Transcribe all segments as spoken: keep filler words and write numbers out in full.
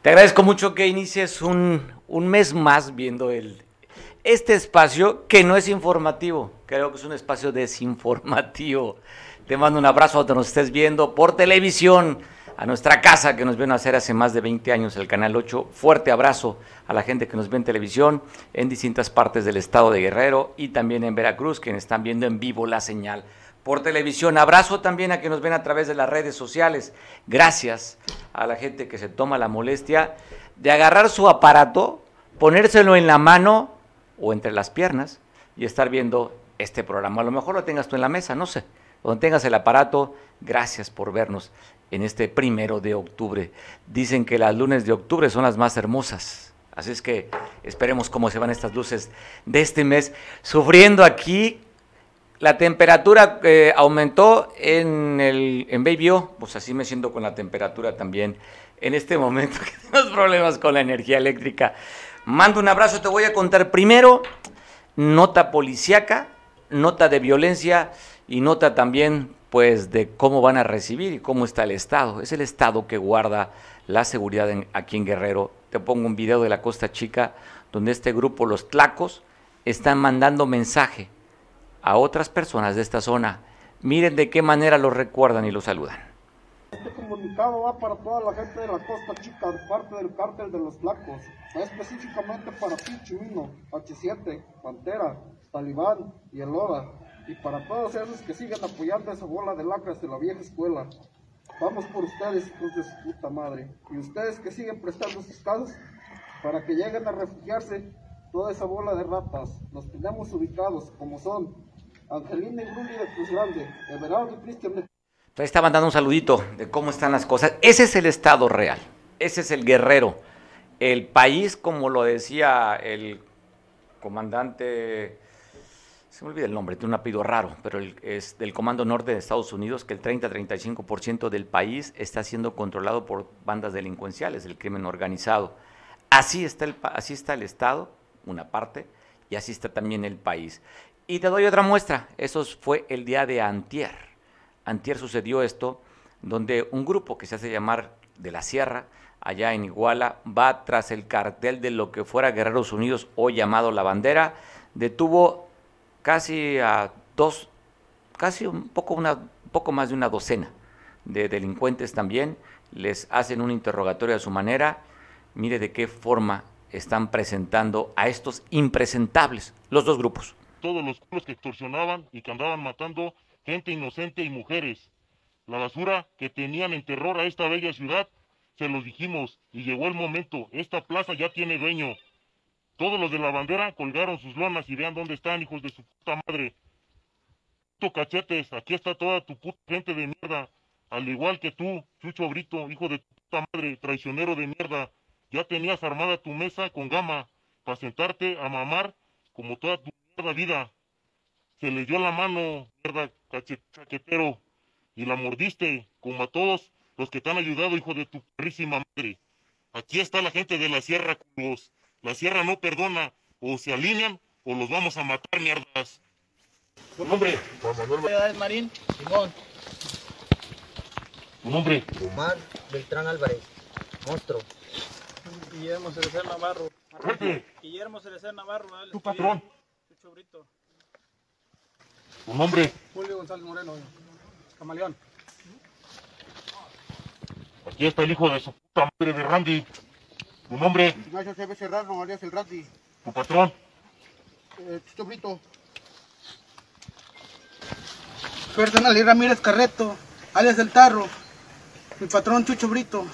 Te agradezco mucho que inicies un, un mes más viendo el, este espacio que no es informativo, creo que es un espacio desinformativo. Te mando un abrazo donde nos estés viendo por televisión, a nuestra casa que nos vino a hacer hace más de veinte años, el Canal ocho. Fuerte abrazo a la gente que nos ve en televisión en distintas partes del estado de Guerrero y también en Veracruz, quienes están viendo en vivo la señal por televisión. Abrazo también a quienes nos ven a través de las redes sociales. Gracias a la gente que se toma la molestia de agarrar su aparato, ponérselo en la mano o entre las piernas y estar viendo este programa. A lo mejor lo tengas tú en la mesa, no sé, donde tengas el aparato. Gracias por vernos en este primero de octubre. Dicen que las lunes de octubre son las más hermosas, así es que esperemos cómo se van estas luces de este mes. Sufriendo aquí, la temperatura eh, aumentó en el en Baybio, pues así me siento con la temperatura también en este momento que tenemos problemas con la energía eléctrica. Mando un abrazo, te voy a contar primero nota policíaca, nota de violencia y nota también pues de cómo van a recibir y cómo está el Estado. Es el Estado que guarda la seguridad en, aquí en Guerrero. Te pongo un video de la Costa Chica donde este grupo, los Tlacos, están mandando mensaje a otras personas de esta zona. Miren de qué manera los recuerdan y los saludan. Este comunicado va para toda la gente de la Costa Chica, de parte del cártel de los Tlacos, específicamente para Pichimino, H siete, Pantera, Talibán y El Oda, y para todos esos que siguen apoyando a esa bola de lacras de la vieja escuela. Vamos por ustedes, hijos de su puta madre, y ustedes que siguen prestando sus casas para que lleguen a refugiarse toda esa bola de ratas. Los tenemos ubicados como son Angelina y Bruni de Cruz Grande, Everardo y Cristian de... Ahí está mandando un saludito de cómo están las cosas. Ese es el Estado real, ese es el Guerrero. El país, como lo decía el comandante, se me olvida el nombre, tiene un apellido raro, pero el, es del Comando Norte de Estados Unidos, que el treinta a treinta y cinco por ciento del país está siendo controlado por bandas delincuenciales, del crimen organizado. Así está el, así está el Estado, una parte, y así está también el país. Y te doy otra muestra, eso fue el día de antier. Antier sucedió esto, donde un grupo que se hace llamar de la Sierra, allá en Iguala, va tras el cartel de lo que fuera Guerreros Unidos, hoy llamado La Bandera, detuvo casi a dos, casi un poco, una, un poco más de una docena de delincuentes también, les hacen un interrogatorio a su manera. Mire de qué forma están presentando a estos impresentables, los dos grupos. Todos los culos que extorsionaban y que andaban matando gente inocente y mujeres. La basura que tenían en terror a esta bella ciudad, se los dijimos, y llegó el momento. Esta plaza ya tiene dueño. Todos los de la bandera colgaron sus lonas y vean dónde están, hijos de su puta madre. Puto cachetes, aquí está toda tu puta gente de mierda. Al igual que tú, Chucho Brito, hijo de tu puta madre, traicionero de mierda. Ya tenías armada tu mesa con gama para sentarte a mamar como toda tu mierda vida. Se les dio la mano, mierda, cachetero, y la mordiste, como a todos los que te han ayudado, hijo de tu perrísima madre. Aquí está la gente de la Sierra, culos. La Sierra no perdona, o se alinean, o los vamos a matar, mierdas. ¿Tu nombre? Juan Manuel Marín, Simón. ¿Tu nombre? Omar Beltrán Álvarez, monstruo. Guillermo Cerecer Navarro. Fuerte. Guillermo Cerecer Navarro. Dale, Tu patrón. Chucho Brito. ¿Tu nombre? Julio González Moreno, Camaleón. Aquí está el hijo de su puta madre de Randy. ¿Tu nombre? Ignacio C B Serrano, alias el Randy. ¿Tu patrón? Eh, Chucho Brito. Personal y Ramírez Carreto, alias El Tarro. Mi patrón Chucho Brito.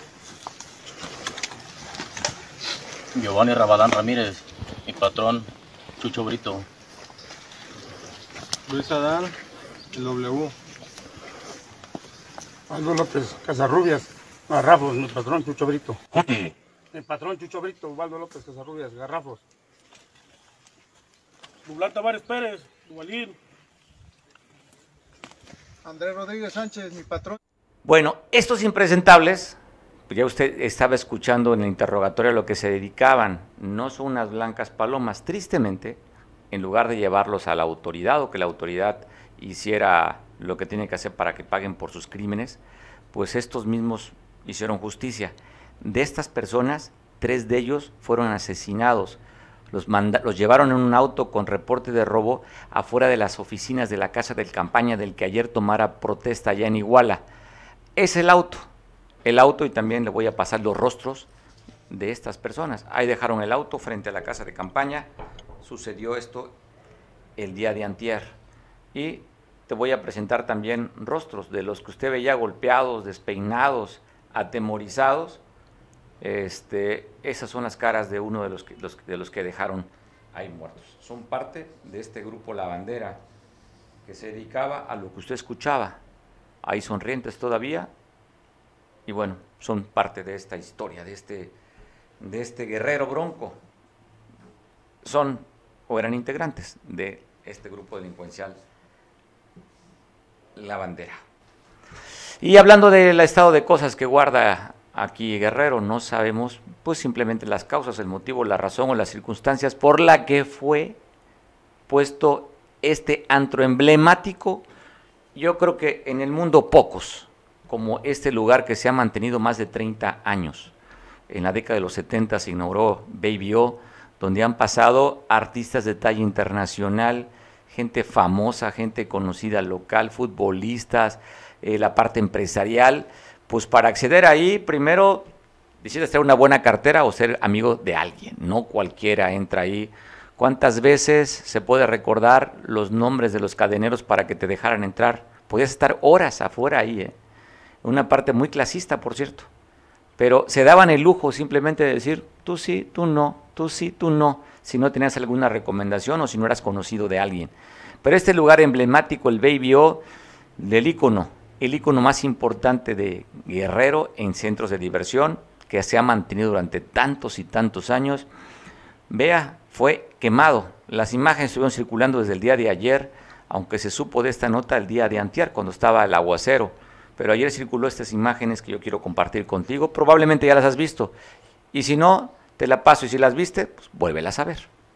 Giovanni Rabadán Ramírez, mi patrón Chucho Brito. Luis Adán, el W. Aldo López Casarrubias, Garrafos, mi patrón Chucho Brito. Jote. Mi patrón Chucho Brito, Ubaldo López Casarrubias, Garrafos. Dublán Tavares Pérez, Duvalín. Andrés Rodríguez Sánchez, mi patrón. Bueno, estos impresentables, pues ya usted estaba escuchando en el interrogatorio a lo que se dedicaban, no son unas blancas palomas. Tristemente, en lugar de llevarlos a la autoridad o que la autoridad hiciera lo que tiene que hacer para que paguen por sus crímenes, pues estos mismos hicieron justicia. De estas personas, tres de ellos fueron asesinados. Los, manda los llevaron en un auto con reporte de robo afuera de las oficinas de la casa de campaña del que ayer tomara protesta allá en Iguala. Es el auto, el auto, y también le voy a pasar los rostros de estas personas. Ahí dejaron el auto frente a la casa de campaña. Sucedió esto el día de antier. Y te voy a presentar también rostros de los que usted veía golpeados, despeinados, atemorizados. Este, esas son las caras de uno de los, que, los, de los que dejaron ahí muertos. Son parte de este grupo La Bandera, que se dedicaba a lo que usted escuchaba, ahí sonrientes todavía, y bueno, son parte de esta historia, de este, de este guerrero bronco. Son o eran integrantes de este grupo delincuencial La Bandera. Y hablando del estado de cosas que guarda aquí Guerrero, no sabemos pues simplemente las causas, el motivo, la razón o las circunstancias por la que fue puesto este antro emblemático. Yo creo que en el mundo pocos, como este lugar que se ha mantenido más de treinta años. En la década de los setenta se inauguró Baby O, donde han pasado artistas de talla internacional, gente famosa, gente conocida local, futbolistas, eh, la parte empresarial. Pues para acceder ahí, primero necesitas tener una buena cartera o ser amigo de alguien, no cualquiera entra ahí. ¿Cuántas veces se puede recordar los nombres de los cadeneros para que te dejaran entrar? Podías estar horas afuera ahí, ¿eh? Una parte muy clasista, por cierto, pero se daban el lujo simplemente de decir, tú sí, tú no, tú sí, tú no, si no tenías alguna recomendación o si no eras conocido de alguien. Pero este lugar emblemático, el Baby O, del ícono, el ícono más importante de Guerrero en centros de diversión, que se ha mantenido durante tantos y tantos años, vea, fue quemado. Las imágenes estuvieron circulando desde el día de ayer, aunque se supo de esta nota el día de antier, cuando estaba el aguacero, pero ayer circuló estas imágenes que yo quiero compartir contigo, probablemente ya las has visto, y si no, te la paso, y si las viste, pues vuélvelas a ver.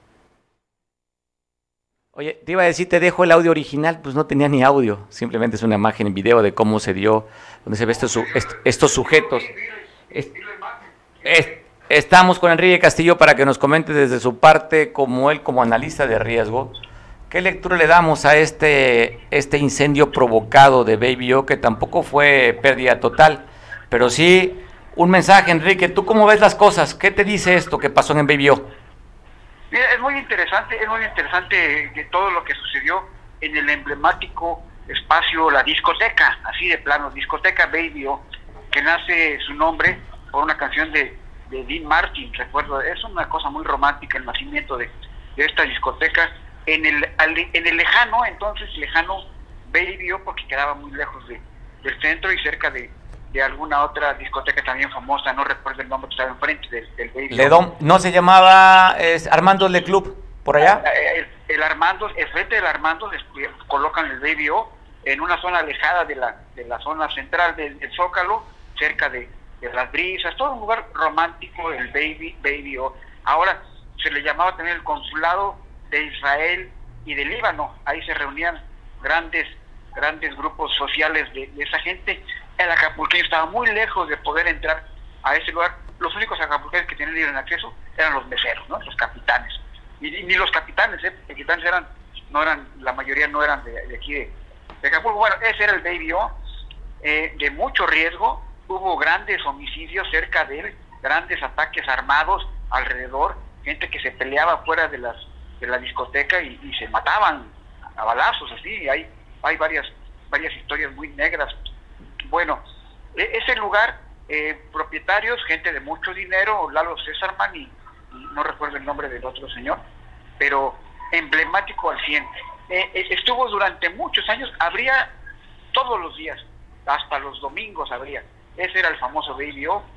Oye, te iba a decir, te dejo el audio original, pues no tenía ni audio, simplemente es una imagen en video de cómo se dio, donde se ve estos, estos, estos sujetos. Es, es, estamos con Enrique Castillo para que nos comente desde su parte, como él, como analista de riesgo, ¿qué lectura le damos a este, este incendio provocado de Baby O, que tampoco fue pérdida total, pero sí un mensaje? Enrique, ¿tú cómo ves las cosas? ¿Qué te dice esto que pasó en Baby O? Mira, es muy interesante, es muy interesante que todo lo que sucedió en el emblemático espacio La Discoteca, así de plano, Discoteca Baby O, que nace su nombre por una canción de, de Dean Martin, recuerdo, es una cosa muy romántica el nacimiento de, de esta discoteca, en el, en el lejano, entonces lejano Baby O, porque quedaba muy lejos de, del centro y cerca de, de alguna otra discoteca también famosa, no recuerdo el nombre, que estaba enfrente del, del Baby Ledón, O. ¿no se llamaba es, Armando Le Club, por allá? El, el Armando, el frente del Armando, colocan el Baby O en una zona alejada de la, de la zona central del, del Zócalo, cerca de, de las brisas, todo un lugar romántico, el Baby, Baby O. Ahora, se le llamaba también el consulado de Israel y de Líbano, ahí se reunían grandes, grandes grupos sociales de, de esa gente. El acapulqueño estaba muy lejos de poder entrar a ese lugar. Los únicos acapulqueños que tenían libre acceso eran los meseros, ¿no? Los capitanes. Y, y ni los capitanes, ¿eh? Los capitanes eran, no eran, la mayoría no eran de, de aquí de, de Acapulco. Bueno, ese era el Baby O, eh, de mucho riesgo. Hubo grandes homicidios cerca de él, grandes ataques armados alrededor, gente que se peleaba fuera de las de la discoteca y, y se mataban a balazos, así. Hay, hay varias, varias historias muy negras. Bueno, ese lugar, eh, propietarios, gente de mucho dinero, Lalo Césarman y, y no recuerdo el nombre del otro señor, pero emblemático al cien. Eh, eh, estuvo durante muchos años, abría todos los días, hasta los domingos abría. Ese era el famoso Baby O.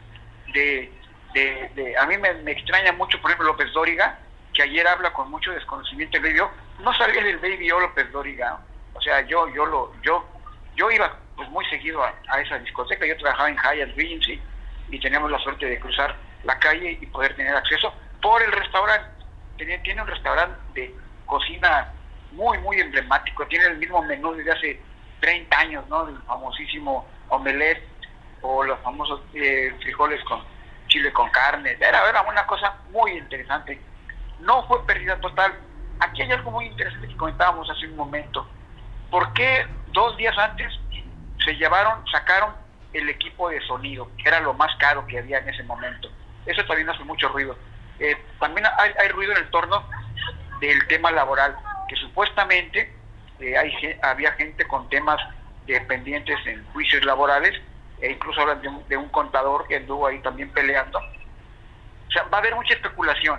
De, de, de, a mí me, me extraña mucho, por ejemplo, López Dóriga, que ayer habla con mucho desconocimiento del Baby O. No sabía del Baby O López Dóriga. O sea, yo, yo lo, yo, yo iba pues muy seguido a, a esa discoteca. Yo trabajaba en Hyatt Regency y teníamos la suerte de cruzar la calle y poder tener acceso por el restaurante. Tiene, tiene un restaurante de cocina muy, muy emblemático. Tiene el mismo menú desde hace treinta años, ¿no? El famosísimo omelette o los famosos eh, frijoles con chile con carne. Era, era una cosa muy interesante. No fue pérdida total. Aquí hay algo muy interesante que comentábamos hace un momento. ¿Por qué dos días antes se llevaron, sacaron el equipo de sonido, que era lo más caro que había en ese momento? Eso también hace mucho ruido. Eh, también hay, hay ruido en el torno del tema laboral, que supuestamente eh, hay, había gente con temas de pendientes en juicios laborales, e incluso hablan de un, de un contador que anduvo ahí también peleando. O sea, va a haber mucha especulación.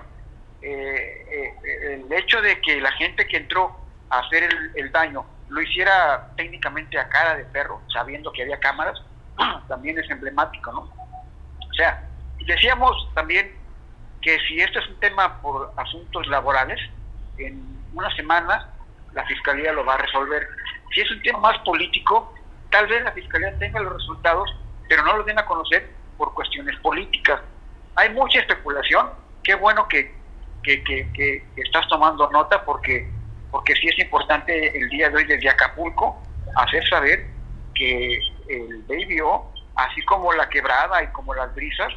Eh, eh, el hecho de que la gente que entró a hacer el, el daño lo hiciera técnicamente a cara de perro, sabiendo que había cámaras, también es emblemático, ¿no? O sea, decíamos también que si este es un tema por asuntos laborales, en una semana la Fiscalía lo va a resolver. Si es un tema más político, tal vez la Fiscalía tenga los resultados, pero no los den a conocer por cuestiones políticas. Hay mucha especulación. Qué bueno que, que, que, que estás tomando nota, porque, porque sí es importante el día de hoy desde Acapulco hacer saber que el Baby O, así como la Quebrada y como las Brisas,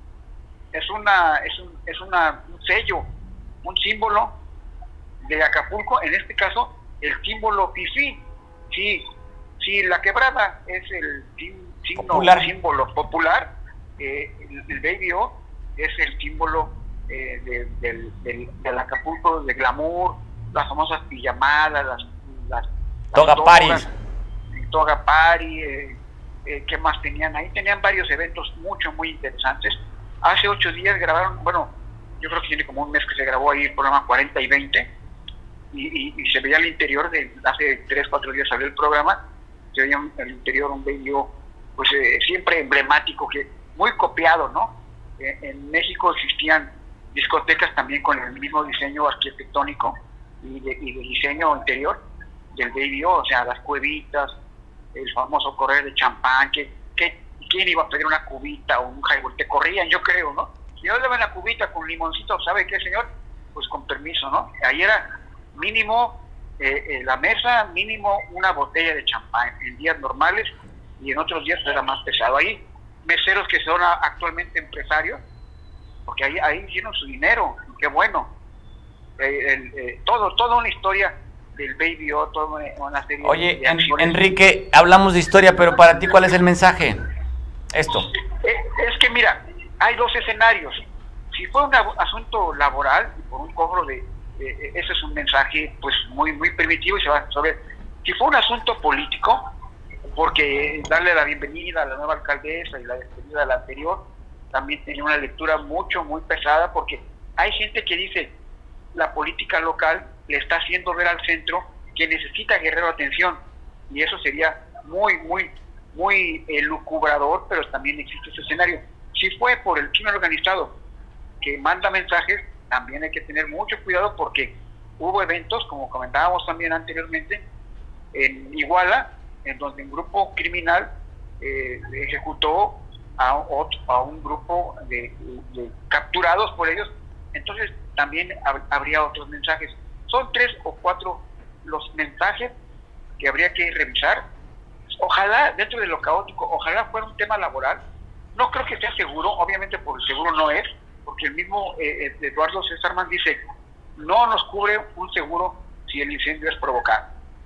es una es un, es una, un sello, un símbolo de Acapulco, en este caso el símbolo fifí. Sí, sí, la Quebrada es el signo popular. símbolo popular, eh, el, el Baby O es el símbolo eh, de, del, del, del Acapulco de glamour, las famosas pijamadas, las, las, las toga paris, toga party, eh, eh, ¿qué más tenían? Ahí tenían varios eventos mucho, muy interesantes. Hace ocho días grabaron, bueno, yo creo que tiene como un mes que se grabó ahí el programa cuarenta y veinte, y, y, y se veía el interior, de hace tres, cuatro días salió el programa, se veía el interior un bello, pues eh, siempre emblemático, que muy copiado, ¿no? Eh, en México existían discotecas también con el mismo diseño arquitectónico y de, y de diseño interior del Baby O, o sea, las cuevitas, el famoso correr de champán, que, que ¿quién iba a pedir una cubita o un highball? Te corrían, yo creo, ¿no? Si yo le daba una cubita con limoncito, ¿sabe qué, señor? Pues con permiso, ¿no? Ahí era mínimo eh, eh, la mesa, mínimo una botella de champán en días normales, y en otros días era más pesado. Ahí meseros que son a, actualmente empresarios, porque ahí, ahí hicieron su dinero, qué bueno. Eh, el, eh, todo, toda una historia del Baby O, toda una serie. Oye, de acciones. Enrique, hablamos de historia, pero para ti, ¿cuál es el mensaje? Esto. Eh, es que mira, hay dos escenarios. Si fue un asunto laboral, por un cobro de, eh, ese es un mensaje pues muy muy primitivo y se va a resolver. Si fue un asunto político, porque darle la bienvenida a la nueva alcaldesa y la despedida a la anterior, también tenía una lectura mucho, muy pesada, porque hay gente que dice, la política local le está haciendo ver al centro que necesita Guerrero atención, y eso sería muy, muy, muy eh, lucubrador, pero también existe ese escenario. Si fue por el crimen organizado que manda mensajes, también hay que tener mucho cuidado, porque hubo eventos, como comentábamos también anteriormente, en Iguala, en donde un grupo criminal eh, ejecutó a, otro, a un grupo de, de, de capturados por ellos. Entonces también hab, habría otros mensajes. Son tres o cuatro los mensajes que habría que revisar. Ojalá, dentro de lo caótico, ojalá fuera un tema laboral. No creo que sea seguro, obviamente por el seguro no es, porque el mismo eh, Eduardo Césarman dice, no nos cubre un seguro si el incendio es provocado,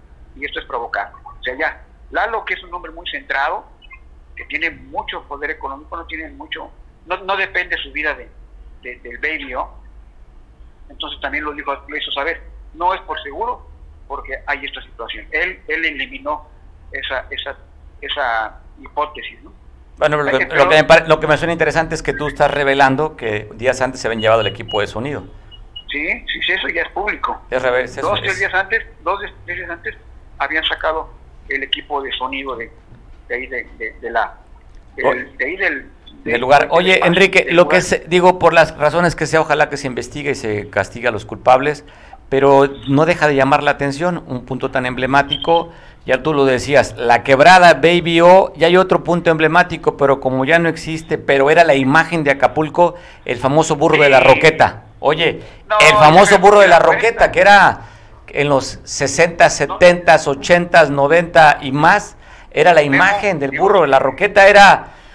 y esto es provocar. O sea, ya, Lalo, que es un hombre muy centrado, que tiene mucho poder económico, no tiene mucho, no, no depende su vida de, de, del Baby O, entonces también lo dijo, lo hizo saber, no es por seguro, porque hay esta situación. Él, él eliminó esa, esa, esa hipótesis, ¿no? Bueno, lo que, lo, que me pare, lo que me suena interesante es que tú estás revelando que días antes se habían llevado el equipo de sonido. Sí, sí, sí, eso ya es público. Es revés, eso dos, es. tres días antes, dos días antes habían sacado el equipo de sonido de, de ahí de, de, de la de, oh, de ahí del, de, del lugar. Oye, del Enrique, del lo lugar. que se, digo, por las razones que sea, ojalá que se investigue y se castigue a los culpables, pero no deja de llamar la atención un punto tan emblemático. Ya tú lo decías, la Quebrada, Baby O, y hay otro punto emblemático, pero como ya no existe, pero era la imagen de Acapulco, el famoso burro sí. de la Roqueta. Oye, no, el famoso burro de la Roqueta, que era en los sesenta, setenta, ochenta, noventa y más, era la imagen del burro de la Roqueta, era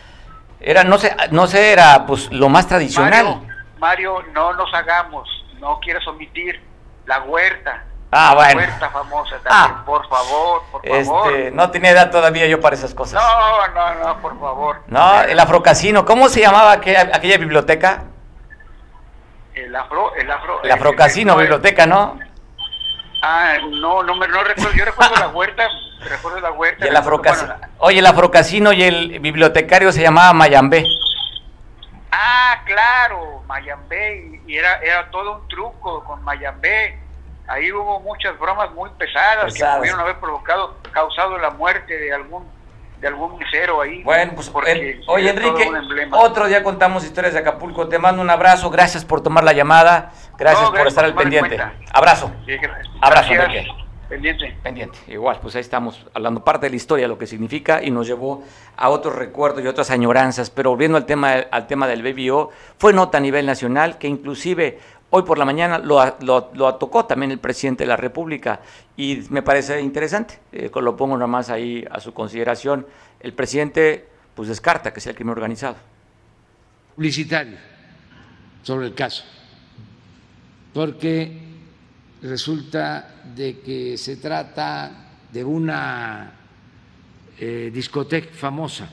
Era, no sé, no sé, era pues lo más tradicional. Mario, Mario, no nos hagamos, no quieras omitir la huerta. Ah, bueno. La huerta famosa también, Ah. por favor, por Este, favor. no tenía edad todavía yo para esas cosas. No, no, no, por favor. No, el Afrocasino, ¿cómo se llamaba aquella, aquella biblioteca? El afro, el afro. El Afrocasino, el- el- biblioteca, ¿no? Ah, no, no me no recuerdo, yo recuerdo la huerta, recuerdo la huerta. Y el recuerdo, Afrocasino. bueno, Oye, el Afrocasino y el bibliotecario se llamaba Mayambé. ah, claro, Mayambé, y, y era, era todo un truco con Mayambé. Ahí hubo muchas bromas muy pesadas, Pesadas. que pudieron haber provocado, causado la muerte de algún, de algún mesero ahí. Bueno, pues, porque en- oye, era todo Enrique, un emblema. otro día contamos historias de Acapulco. Te mando un abrazo, gracias por tomar la llamada, gracias No, por estar al tomar en pendiente. cuenta. Abrazo. Sí, gracias. Abrazo, Gracias. Enrique. Pendiente. Pendiente, igual, pues ahí estamos hablando parte de la historia, lo que significa, y nos llevó a otros recuerdos y otras añoranzas. Pero volviendo al tema, al tema del B B O, fue nota a nivel nacional, que inclusive hoy por la mañana lo, lo, lo tocó también el presidente de la República, y me parece interesante, eh, lo pongo nada más ahí a su consideración. El presidente pues descarta que sea el crimen organizado. Publicitario sobre el caso, porque resulta de que se trata de una eh, discoteca famosa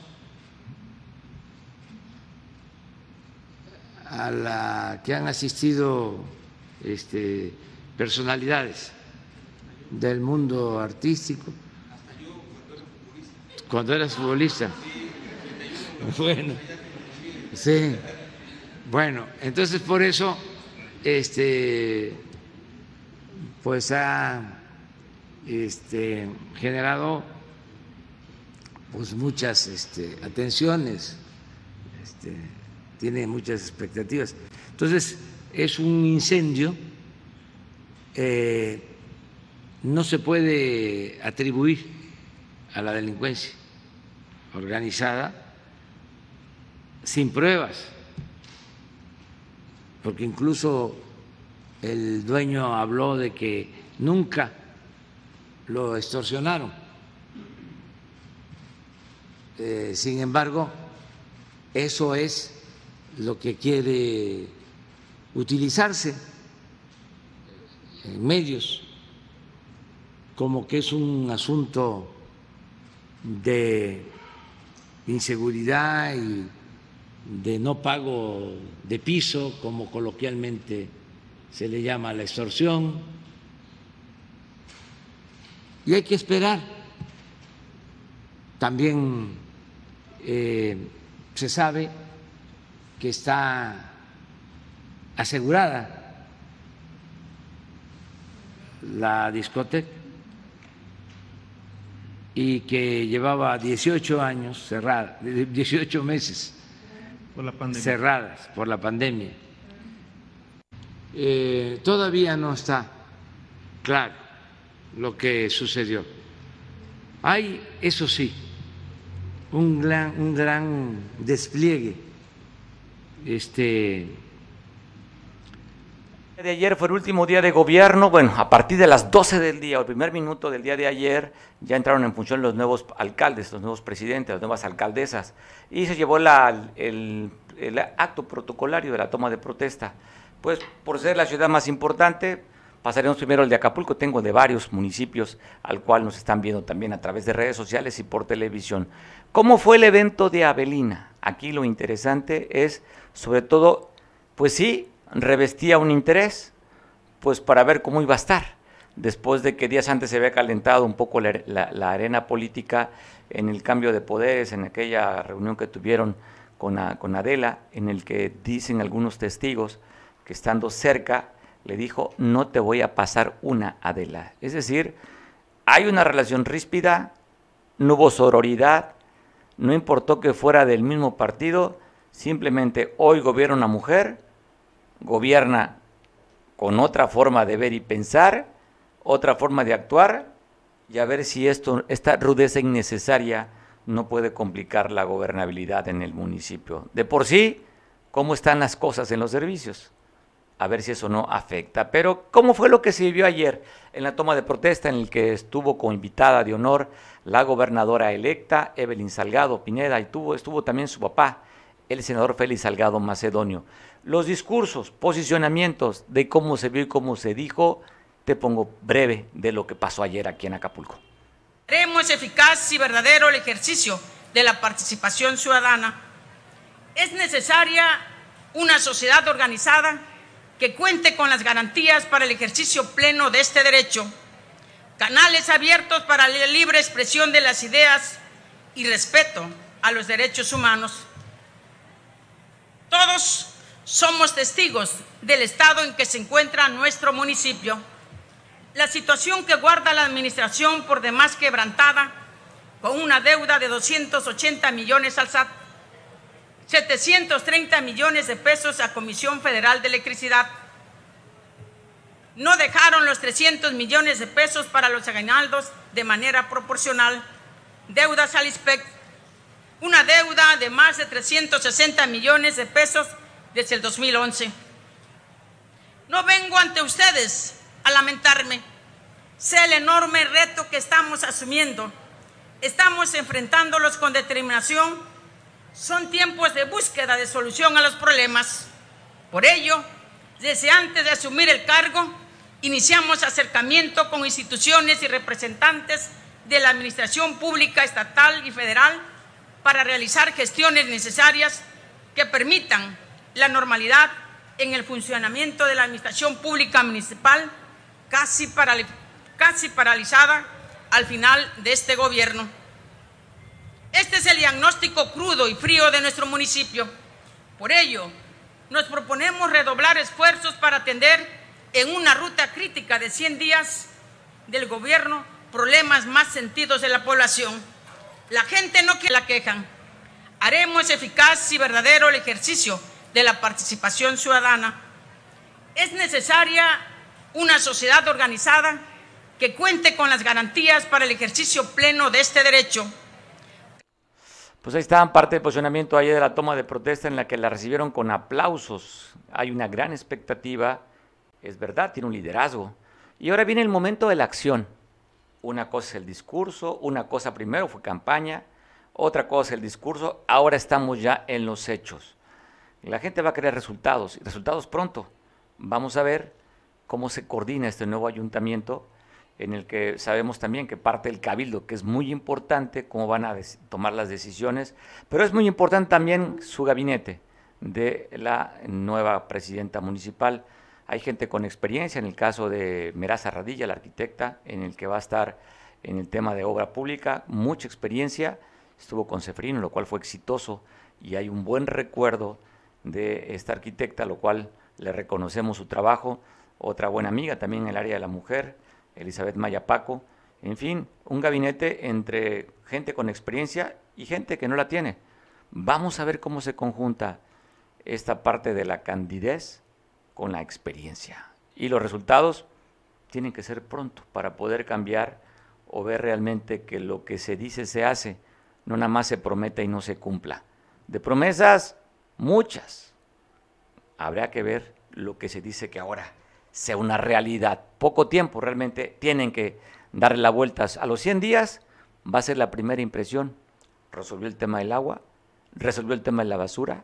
a la que han asistido este, personalidades del mundo artístico. Cuando eras futbolista. Bueno, sí. Bueno, entonces por eso, este, pues ha este, generado pues muchas este, atenciones, este, tiene muchas expectativas. Entonces es un incendio, eh, no se puede atribuir a la delincuencia organizada sin pruebas, porque incluso el dueño habló de que nunca lo extorsionaron. Eh, sin embargo, eso es lo que quiere utilizarse en medios, como que es un asunto de inseguridad y de no pago de piso, como coloquialmente se le llama la extorsión. Y hay que esperar. También eh, se sabe que está asegurada la discoteca y que llevaba dieciocho años cerrada, dieciocho meses por la pandemia. cerradas por la pandemia. Eh, todavía no está claro lo que sucedió. Hay, eso sí, un gran, un gran despliegue. Este, El día de ayer fue el último día de gobierno. Bueno, a partir de las doce del día, o el primer minuto del día de ayer, ya entraron en función los nuevos alcaldes, los nuevos presidentes, las nuevas alcaldesas, y se llevó la, el, el acto protocolario de la toma de protesta. Pues por ser la ciudad más importante, pasaremos primero el de Acapulco. Tengo de varios municipios al cual nos están viendo también a través de redes sociales y por televisión. ¿Cómo fue el evento de Avelina? Aquí lo interesante es, sobre todo, pues sí, revestía un interés, pues para ver cómo iba a estar, después de que días antes se había calentado un poco la, la, la arena política en el cambio de poderes, en aquella reunión que tuvieron con, a, con Adela, en el que dicen algunos testigos que estando cerca le dijo: no te voy a pasar una, Adela. Es decir, hay una relación ríspida, no hubo sororidad, no importó que fuera del mismo partido, simplemente hoy gobierna una mujer, gobierna con otra forma de ver y pensar, otra forma de actuar, y a ver si esto, esta rudeza innecesaria no puede complicar la gobernabilidad en el municipio. De por sí, ¿cómo están las cosas en los servicios? a ver si eso no afecta. Pero, ¿cómo fue lo que se vivió ayer en la toma de protesta en el que estuvo como invitada de honor la gobernadora electa, Evelyn Salgado Pineda, y tuvo, estuvo también su papá, el senador Félix Salgado Macedonio? Los discursos, posicionamientos de cómo se vio y cómo se dijo, te pongo breve de lo que pasó ayer aquí en Acapulco. Haremos eficaz y verdadero el ejercicio de la participación ciudadana. Es necesaria una sociedad organizada que cuente con las garantías para el ejercicio pleno de este derecho, canales abiertos para la libre expresión de las ideas y respeto a los derechos humanos. Todos somos testigos del estado en que se encuentra nuestro municipio. La situación que guarda la administración por demás quebrantada, con una deuda de doscientos ochenta millones al S A T, setecientos treinta millones de pesos a Comisión Federal de Electricidad. No dejaron los trescientos millones de pesos para los aguinaldos de manera proporcional. Deudas al I S P E C, una deuda de más de trescientos sesenta millones de pesos desde el dos mil once. No vengo ante ustedes a lamentarme. Sé el enorme reto que estamos asumiendo. Estamos enfrentándolos con determinación. Son tiempos de búsqueda de solución a los problemas. Por ello, desde antes de asumir el cargo, iniciamos acercamiento con instituciones y representantes de la administración pública estatal y federal para realizar gestiones necesarias que permitan la normalidad en el funcionamiento de la administración pública municipal, casi, paral- casi paralizada al final de este gobierno. Este es el diagnóstico crudo y frío de nuestro municipio. Por ello, nos proponemos redoblar esfuerzos para atender en una ruta crítica de cien días del gobierno problemas más sentidos de la población. La gente no quiere la quejan. Haremos eficaz y verdadero el ejercicio de la participación ciudadana. Es necesaria una sociedad organizada que cuente con las garantías para el ejercicio pleno de este derecho. Pues ahí está parte del posicionamiento ayer de la toma de protesta en la que la recibieron con aplausos. Hay una gran expectativa, es verdad, tiene un liderazgo. Y ahora viene el momento de la acción. Una cosa es el discurso, una cosa primero fue campaña, otra cosa es el discurso, ahora estamos ya en los hechos. La gente va a querer resultados, y resultados pronto. Vamos a ver cómo se coordina este nuevo ayuntamiento, en el que sabemos también que parte del cabildo, que es muy importante, cómo van a tomar las decisiones, pero es muy importante también su gabinete de la nueva presidenta municipal. Hay gente con experiencia, en el caso de Meraza Radilla, la arquitecta, en el que va a estar en el tema de obra pública, mucha experiencia, estuvo con Cefrino, lo cual fue exitoso, y hay un buen recuerdo de esta arquitecta, lo cual le reconocemos su trabajo. Otra buena amiga también en el área de la mujer, Elizabeth Maya Paco. En fin, un gabinete entre gente con experiencia y gente que no la tiene. Vamos a ver cómo se conjunta esta parte de la candidez con la experiencia. Y los resultados tienen que ser pronto para poder cambiar o ver realmente que lo que se dice se hace, no nada más se prometa y no se cumpla. De promesas, muchas. Habrá que ver lo que se dice que ahora sea una realidad. Poco tiempo, realmente tienen que darle la vuelta. A los cien días va a ser la primera impresión. Resolvió el tema del agua, resolvió el tema de la basura,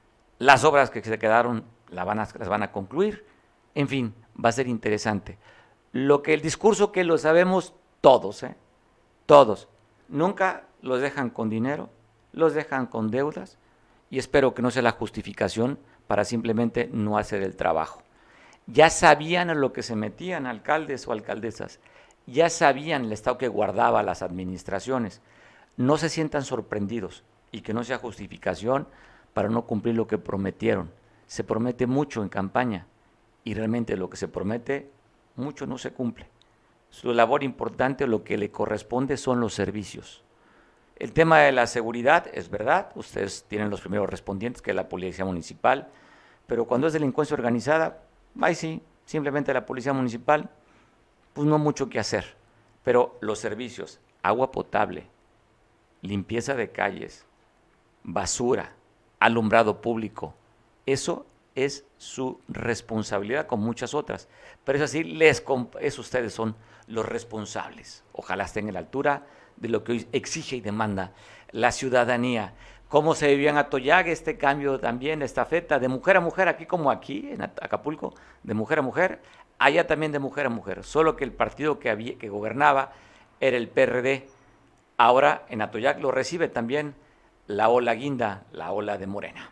las obras que se quedaron la van a, las van a concluir. En fin, va a ser interesante. Lo que el discurso que lo sabemos todos, ¿eh? Todos. Nunca los dejan con dinero, los dejan con deudas, y espero que no sea la justificación para simplemente no hacer el trabajo. Ya sabían a lo que se metían alcaldes o alcaldesas, ya sabían el estado que guardaba las administraciones. No se sientan sorprendidos y que no sea justificación para no cumplir lo que prometieron. Se promete mucho en campaña y realmente lo que se promete, mucho no se cumple. Su labor importante, lo que le corresponde son los servicios. El tema de la seguridad, es verdad, ustedes tienen los primeros respondientes, que es la Policía Municipal, pero cuando es delincuencia organizada, ahí sí, simplemente la Policía Municipal, pues no mucho que hacer. Pero los servicios, agua potable, limpieza de calles, basura, alumbrado público, eso es su responsabilidad, con muchas otras. Pero es así, les es ustedes son los responsables. Ojalá estén a la altura de lo que hoy exige y demanda la ciudadanía. ¿Cómo se vivió en Atoyac este cambio también, esta estafeta de mujer a mujer, aquí como aquí, en Acapulco, de mujer a mujer, allá también de mujer a mujer, solo que el partido que, había, que gobernaba era el P R D. Ahora en Atoyac lo recibe también la ola guinda, la ola de Morena.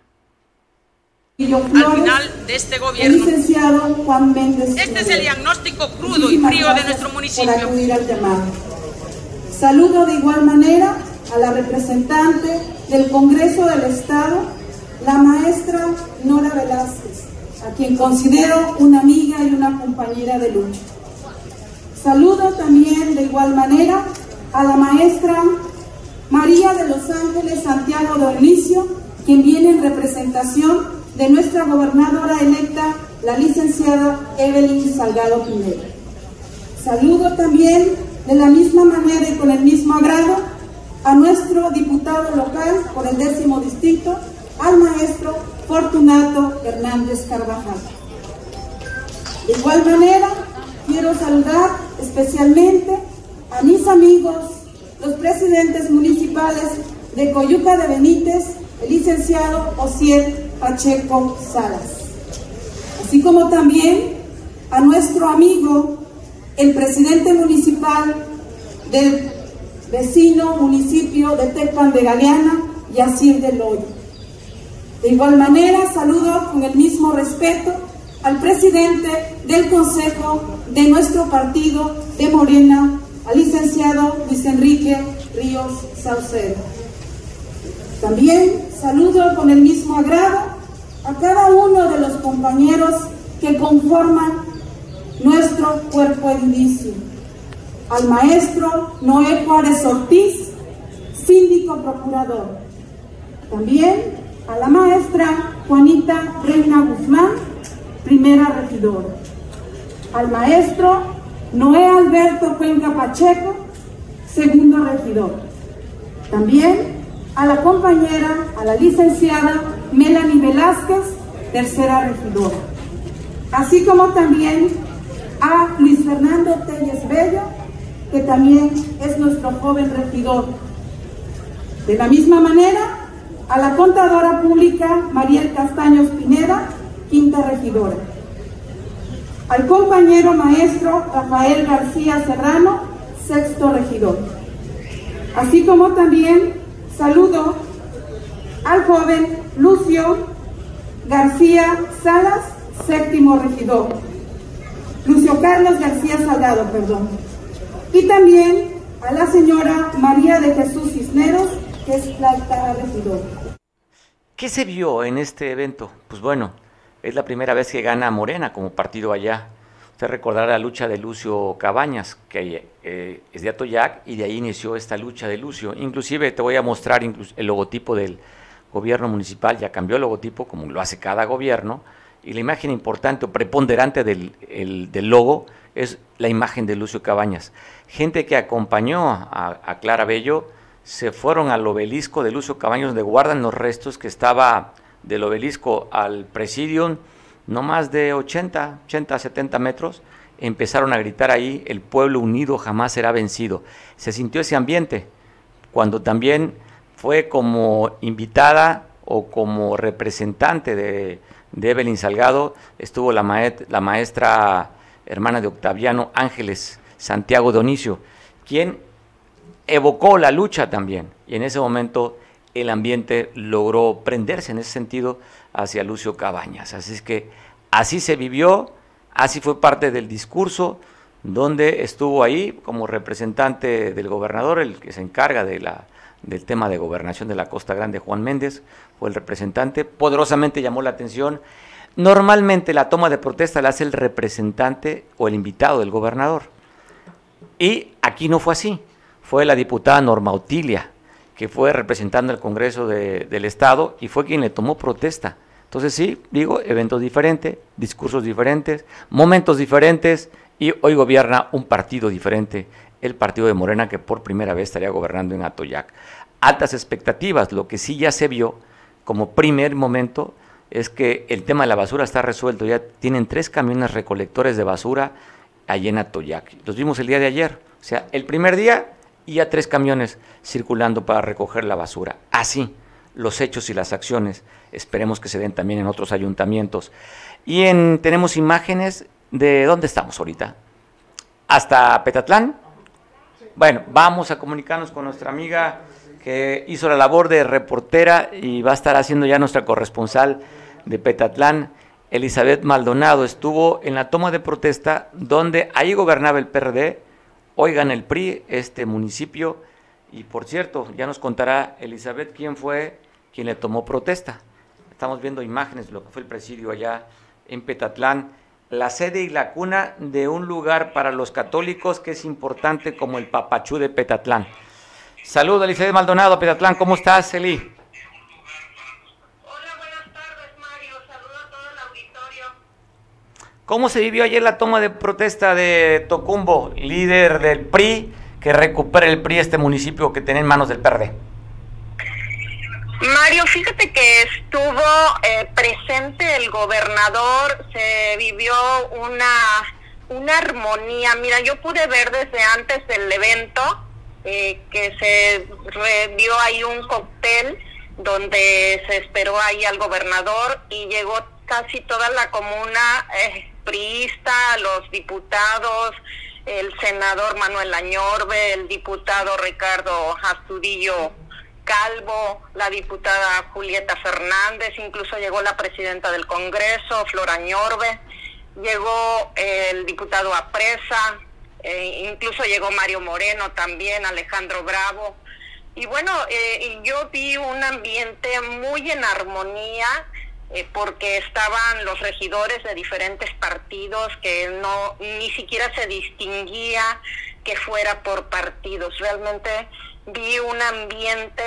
Al final de este gobierno, el licenciado Juan Méndez. Este es el diagnóstico crudo y frío de nuestro municipio. Por acudir al llamado. Saludo de igual manera a la representante del Congreso del Estado, la maestra Nora Velázquez, a quien considero una amiga y una compañera de lucha. Saludo también de igual manera a la maestra María de los Ángeles Santiago Dionisio, quien viene en representación de nuestra gobernadora electa, la licenciada Evelyn Salgado Pineda. Saludo también de la misma manera y con el mismo agrado a nuestro diputado local por el décimo distrito, al maestro Fortunato Hernández Carvajal. De igual manera, quiero saludar especialmente a mis amigos, los presidentes municipales de Coyuca de Benítez, el licenciado Osiel Pacheco Salas, así como también a nuestro amigo, el presidente municipal del vecino municipio de Tecpan de Galeana, Yacir del Hoyo. De igual manera, saludo con el mismo respeto al presidente del consejo de nuestro partido de Morena, al licenciado Luis Enrique Ríos Saucedo. También saludo con el mismo agrado a cada uno de los compañeros que conforman nuestro cuerpo edilicio. Al maestro Noé Juárez Ortiz, síndico procurador. También a la maestra Juanita Reina Guzmán, primera regidora. Al maestro Noé Alberto Cuenca Pacheco, segundo regidor. También a la compañera, a la licenciada Melanie Velázquez, tercera regidora. Así como también a Luis Fernando Telles Bello, que también es nuestro joven regidor. De la misma manera, a la contadora pública Mariel Castaños Pineda, quinta regidora. Al compañero maestro Rafael García Serrano, sexto regidor. Así como también saludo al joven Lucio García Salas, séptimo regidor. Lucio Carlos García Salgado, perdón. Y también a la señora María de Jesús Cisneros, que es la octava regidora. ¿Qué se vio en este evento? Pues bueno, es la primera vez que gana Morena como partido allá. Usted recordará la lucha de Lucio Cabañas, que eh, es de Atoyac, y de ahí inició esta lucha de Lucio. Inclusive te voy a mostrar el logotipo del gobierno municipal, ya cambió el logotipo, como lo hace cada gobierno, y la imagen importante o preponderante del, el, del logo es la imagen de Lucio Cabañas. Gente que acompañó a, a Clara Bello se fueron al obelisco de Lucio Cabañas, donde guardan los restos, que estaba del obelisco al presidium no más de ochenta, setenta metros. Empezaron a gritar ahí: el pueblo unido jamás será vencido. Se sintió ese ambiente cuando también fue como invitada o como representante de, de Evelyn Salgado, estuvo la, maet, la maestra hermana de Octaviano, Ángeles Santiago Dionisio, quien evocó la lucha también, y en ese momento el ambiente logró prenderse en ese sentido hacia Lucio Cabañas. Así es que así se vivió, así fue parte del discurso, donde estuvo ahí como representante del gobernador, el que se encarga de la, del tema de gobernación de la Costa Grande, Juan Méndez, fue el representante, poderosamente llamó la atención. Normalmente la toma de protesta la hace el representante o el invitado del gobernador, y aquí no fue así. Fue la diputada Norma Otilia, que fue representando al Congreso de, del Estado, y fue quien le tomó protesta. Entonces sí, digo, eventos diferentes, discursos diferentes, momentos diferentes, y hoy gobierna un partido diferente, el partido de Morena, que por primera vez estaría gobernando en Atoyac. Altas expectativas, lo que sí ya se vio como primer momento, es que el tema de la basura está resuelto. Ya tienen tres camiones recolectores de basura allí en Atoyac. Los vimos el día de ayer. O sea, el primer día y ya tres camiones circulando para recoger la basura. Así, los hechos y las acciones, esperemos que se den también en otros ayuntamientos. Y en, tenemos imágenes de dónde estamos ahorita. ¿Hasta Petatlán? Bueno, vamos a comunicarnos con nuestra amiga que hizo la labor de reportera y va a estar haciendo ya nuestra corresponsal de Petatlán, Elizabeth Maldonado. Estuvo en la toma de protesta donde ahí gobernaba el P R D, hoy gana el P R I, este municipio, y por cierto, ya nos contará Elizabeth quién fue quien le tomó protesta. Estamos viendo imágenes de lo que fue el presidio allá en Petatlán, la sede y la cuna de un lugar para los católicos que es importante como el Papachú de Petatlán. Saludos, Elizabeth Maldonado, Petatlán, ¿cómo estás, Eli? Hola, buenas tardes, Mario, saludo a todo el auditorio. ¿Cómo se vivió ayer la toma de protesta de Tocumbo, líder del P R I, que recupera el P R I este municipio que tiene en manos del P R D? Mario, fíjate que estuvo eh, presente el gobernador, se vivió una, una armonía. Mira, yo pude ver desde antes del evento eh, que se re, dio ahí un cóctel donde se esperó ahí al gobernador y llegó casi toda la comuna eh, priista, los diputados, el senador Manuel Añorbe, el diputado Ricardo Astudillo Calvo, la diputada Julieta Fernández, incluso llegó la presidenta del Congreso, Flor Añorbe, llegó el diputado Apresa, eh, incluso llegó Mario Moreno también, Alejandro Bravo. Y bueno, eh, yo vi un ambiente muy en armonía, eh, porque estaban los regidores de diferentes partidos que no ni siquiera se distinguía que fuera por partidos. Realmente vi un ambiente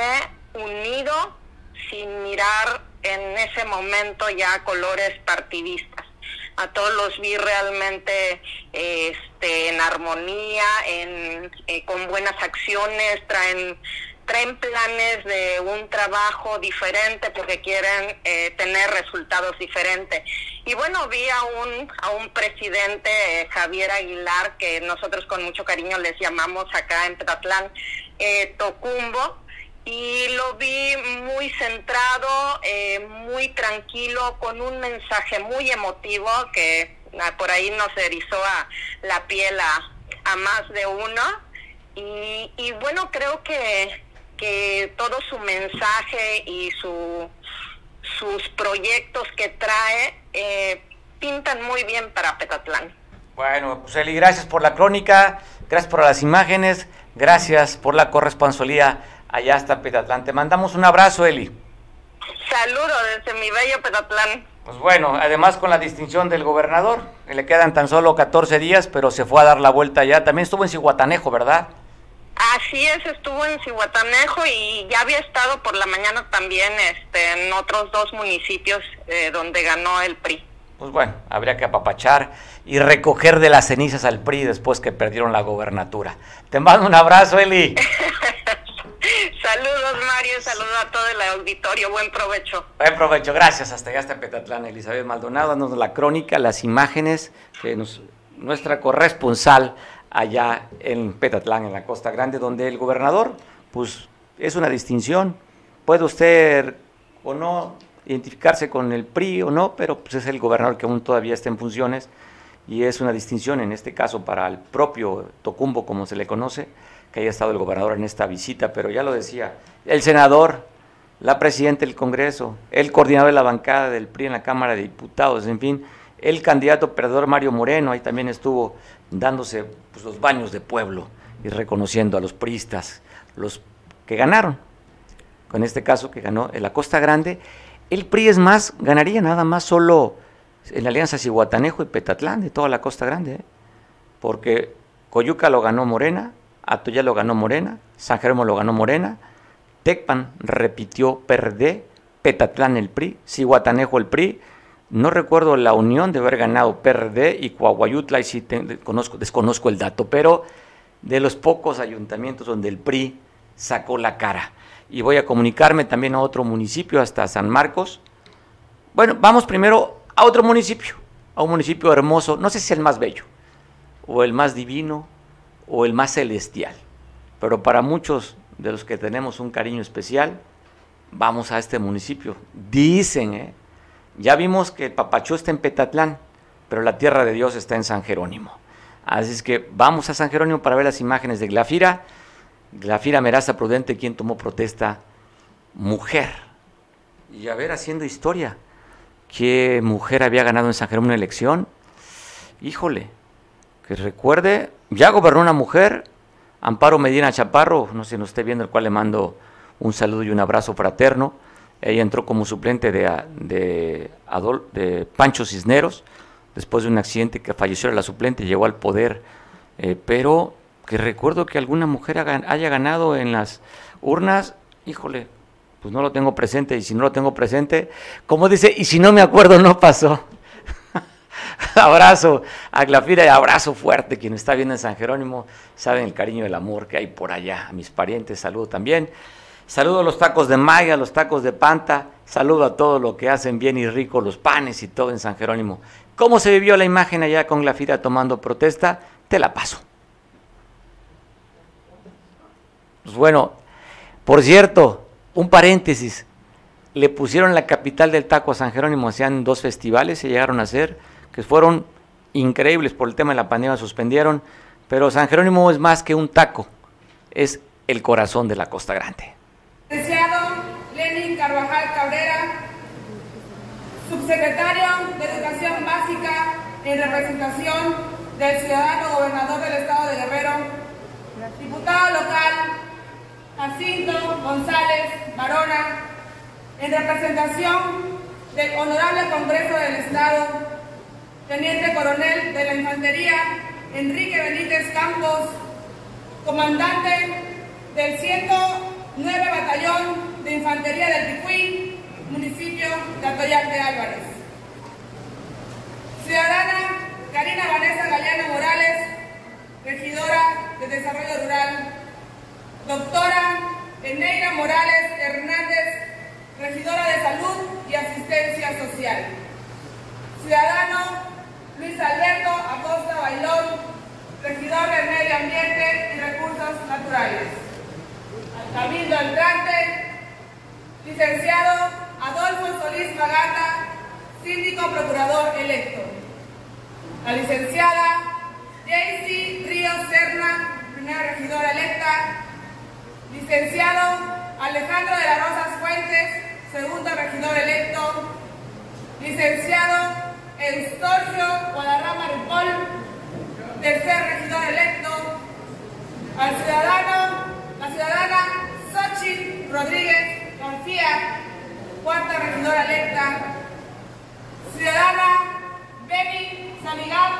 unido sin mirar en ese momento ya colores partidistas. A todos los vi realmente este, en armonía, en, eh, con buenas acciones, traen traen planes de un trabajo diferente porque quieren eh, tener resultados diferentes. Y bueno, vi a un, a un presidente, eh, Javier Aguilar, que nosotros con mucho cariño les llamamos acá en Petatlán, eh, Tocumbo, y lo vi muy centrado, eh, muy tranquilo, con un mensaje muy emotivo que ah, por ahí nos erizó a la piel a, a más de uno. Y, y bueno, creo que que todo su mensaje y su, sus proyectos que trae eh, pintan muy bien para Petatlán. Bueno, pues Eli, gracias por la crónica, gracias por las imágenes, gracias por la corresponsalía allá hasta Petatlán. Te mandamos un abrazo, Eli. Saludo desde mi bello Petatlán. Pues bueno, además con la distinción del gobernador, que le quedan tan solo catorce días, pero se fue a dar la vuelta allá. También estuvo en Zihuatanejo, ¿verdad? Así es, estuvo en Zihuatanejo y ya había estado por la mañana también este, en otros dos municipios eh, donde ganó el P R I. Pues bueno, habría que apapachar y recoger de las cenizas al P R I después que perdieron la gobernatura. Te mando un abrazo, Eli. Saludos, Mario, saludos a todo el auditorio, buen provecho. Buen provecho, gracias. Hasta allá, hasta Petatlán, Elizabeth Maldonado, dándonos la crónica, las imágenes que nos, nuestra corresponsal allá en Petatlán, en la Costa Grande, donde el gobernador, pues es una distinción, puede usted o no identificarse con el P R I o no, pero pues es el gobernador que aún todavía está en funciones y es una distinción en este caso para el propio Tocumbo, como se le conoce, que haya estado el gobernador en esta visita, pero ya lo decía, el senador, la presidenta del Congreso, el coordinador de la bancada del P R I en la Cámara de Diputados, en fin, el candidato perdedor Mario Moreno, ahí también estuvo dándose pues, los baños de pueblo y reconociendo a los priistas, los que ganaron, con este caso que ganó en la Costa Grande. El P R I es más, ganaría nada más solo en la alianza Zihuatanejo y Petatlán, de toda la Costa Grande, ¿eh? Porque Coyuca lo ganó Morena, Atoyac lo ganó Morena, San Jerónimo lo ganó Morena, Tecpan repitió P R D, Petatlán el P R I, Zihuatanejo el P R I. No recuerdo la unión de haber ganado P R D y Coahuayutla, y sí te, conozco, desconozco el dato, pero de los pocos ayuntamientos donde el P R I sacó la cara. Y voy a comunicarme también a otro municipio, hasta San Marcos, Bueno, vamos primero a otro municipio, a un municipio hermoso, no sé si el más bello, o el más divino, o el más celestial, pero para muchos de los que tenemos un cariño especial, vamos a este municipio. Dicen, ¿eh? Ya vimos que el Papachú está en Petatlán, pero la tierra de Dios está en San Jerónimo. Así es que vamos a San Jerónimo para ver las imágenes de Glafira. Glafira Meraza Prudente, quien tomó protesta, mujer. Y a ver, haciendo historia, ¿qué mujer había ganado en San Jerónimo una elección? Híjole, que recuerde, ya gobernó una mujer, Amparo Medina Chaparro, no sé si nos esté viendo, el cual le mando un saludo y un abrazo fraterno. Ella entró como suplente de, de, Adol, de Pancho Cisneros, después de un accidente que falleció la suplente, llegó al poder, eh, pero que recuerdo que alguna mujer haga, haya ganado en las urnas, híjole, pues no lo tengo presente, y si no lo tengo presente, como dice, y si no me acuerdo, no pasó. Abrazo a Glafira y abrazo fuerte, quien está viendo en San Jerónimo, saben el cariño y el amor que hay por allá, a mis parientes, saludo también. Saludo a los tacos de Maya, a los tacos de Panta, saludo a todo lo que hacen bien y rico, los panes y todo en San Jerónimo. ¿Cómo se vivió la imagen allá con Glafira tomando protesta? Te la paso. Pues bueno, por cierto, un paréntesis, le pusieron la capital del taco a San Jerónimo, hacían dos festivales, se llegaron a hacer, que fueron increíbles, por el tema de la pandemia suspendieron, pero San Jerónimo es más que un taco, es el corazón de la Costa Grande. Licenciado Lenin Carvajal Cabrera, subsecretario de Educación Básica en representación del ciudadano gobernador del estado de Guerrero, diputado local Jacinto González Barona, en representación del Honorable Congreso del Estado, Teniente Coronel de la Infantería Enrique Benítez Campos, comandante del ciento nueve Batallón de Infantería del Ticuí, municipio de Atoyac de Álvarez. Ciudadana Karina Vanessa Galeano Morales, regidora de Desarrollo Rural. Doctora Eneira Morales Hernández, regidora de Salud y Asistencia Social. Ciudadano Luis Alberto Acosta Bailón, regidor de Medio Ambiente y Recursos Naturales. Al Cabildo entrante, licenciado Adolfo Solís Magata, síndico procurador electo. La licenciada Jaycee Ríos Serna, primera regidora electa. Licenciado Alejandro de las Rosas Fuentes, segundo regidor electo. Licenciado Eustorgio Guadarrama Ripoll, tercer regidor electo. Al ciudadano, la ciudadana Xochitl Rodríguez García, cuarta regidora electa. Ciudadana Beni Sanigán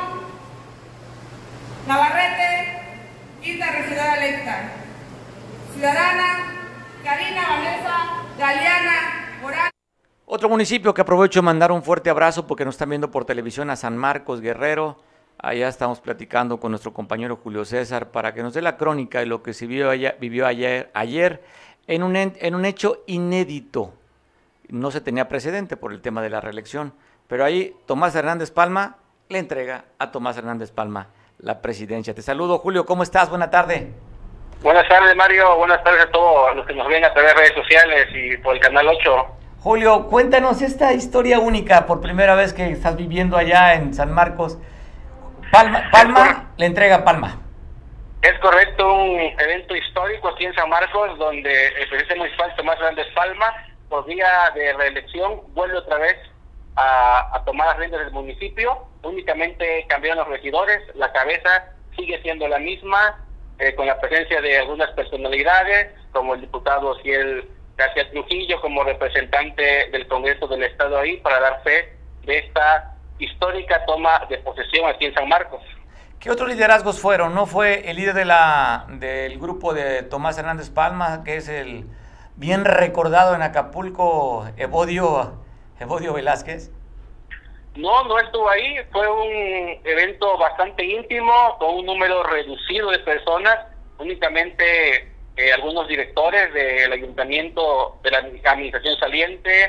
Navarrete, quinta regidora electa. Ciudadana Karina Vanessa Galeana Morales. Otro municipio que aprovecho de mandar un fuerte abrazo porque nos están viendo por televisión, a San Marcos, Guerrero. Allá estamos platicando con nuestro compañero Julio César para que nos dé la crónica de lo que se vivió, allá, vivió ayer, ayer en, un, en un hecho inédito. No se tenía precedente por el tema de la reelección, pero ahí Tomás Hernández Palma le entrega a Tomás Hernández Palma la presidencia. Te saludo, Julio, ¿cómo estás? Buena tarde. Buenas tardes, Mario. Buenas tardes a todos los que nos ven a través de redes sociales y por el Canal ocho. Julio, cuéntanos esta historia única por primera vez que estás viviendo allá en San Marcos. Palma, Palma le entrega a Palma. Es correcto, un evento histórico aquí en San Marcos, donde el presidente municipal Tomás Hernández Palma, por vía de reelección, vuelve otra vez a, a tomar las riendas del municipio. Únicamente cambiaron los regidores, la cabeza sigue siendo la misma, eh, con la presencia de algunas personalidades, como el diputado Ciel García Trujillo, como representante del Congreso del Estado ahí, para dar fe de esta histórica toma de posesión aquí en San Marcos. ¿Qué otros liderazgos fueron? ¿No fue el líder de la del grupo de Tomás Hernández Palma, que es el bien recordado en Acapulco, Evodio, Evodio Velázquez? No, no estuvo ahí. Fue un evento bastante íntimo, con un número reducido de personas, únicamente eh, algunos directores del ayuntamiento, de la administración saliente,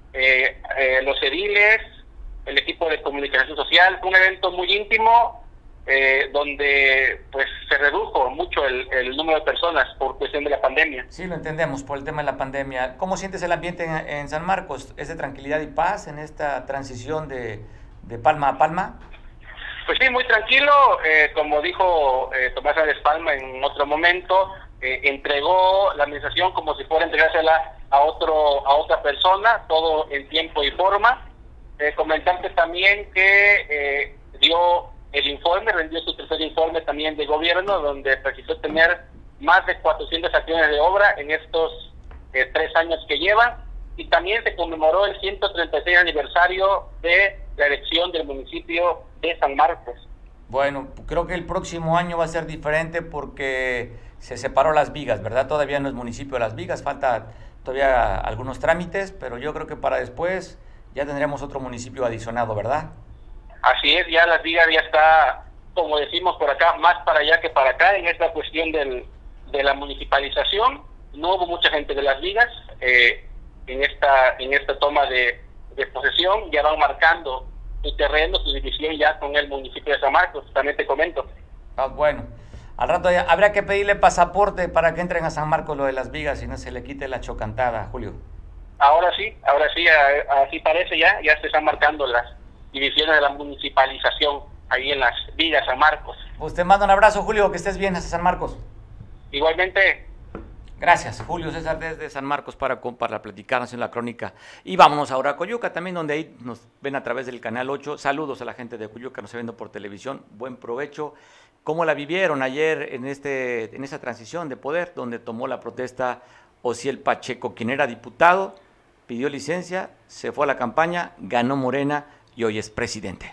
eh, eh, los ediles, el equipo de comunicación social. Fue un evento muy íntimo, eh, donde pues se redujo mucho el, el número de personas por cuestión de la pandemia. Sí, lo entendemos, por el tema de la pandemia. ¿Cómo sientes el ambiente en, en San Marcos? ¿Es de tranquilidad y paz en esta transición de, de palma a palma? Pues sí, muy tranquilo, eh, como dijo eh, Tomás Álvarez Palma en otro momento, eh, entregó la administración como si fuera a entregársela a otro a otra persona, todo en tiempo y forma. Eh, comentarte también que eh, dio el informe, rendió su tercer informe también de gobierno, donde precisó tener más de cuatrocientas acciones de obra en estos eh, tres años que lleva, y también se conmemoró el ciento treinta y seis aniversario de la elección del municipio de San Marcos. Bueno, creo que el próximo año va a ser diferente porque se separó Las Vigas, ¿verdad? Todavía no es municipio de Las Vigas, falta todavía algunos trámites, pero yo creo que para después ya tendremos otro municipio adicionado, ¿verdad? Así es, ya Las Vigas ya está, como decimos por acá, más para allá que para acá en esta cuestión del, de la municipalización. No hubo mucha gente de Las Vigas eh, en esta en esta toma de, de posesión, ya van marcando su terreno, su división ya con el municipio de San Marcos, también te comento. Ah, bueno, al rato ya habrá que pedirle pasaporte para que entren a San Marcos lo de Las Vigas y no se le quite la chocantada, Julio. Ahora sí, ahora sí, así parece ya, ya se están marcando las divisiones de la municipalización ahí en Las Vigas, San Marcos. Pues te mando un abrazo, Julio, que estés bien hasta San Marcos. Igualmente. Gracias, Julio César desde San Marcos para, para platicarnos en la crónica. Y vámonos ahora a Coyuca, también donde ahí nos ven a través del Canal ocho. Saludos a la gente de Coyuca, nos está viendo por televisión. Buen provecho. ¿Cómo la vivieron ayer en, este, en esa transición de poder, donde tomó la protesta Osiel Pacheco, quien era diputado, pidió licencia, se fue a la campaña, ganó Morena y hoy es presidente?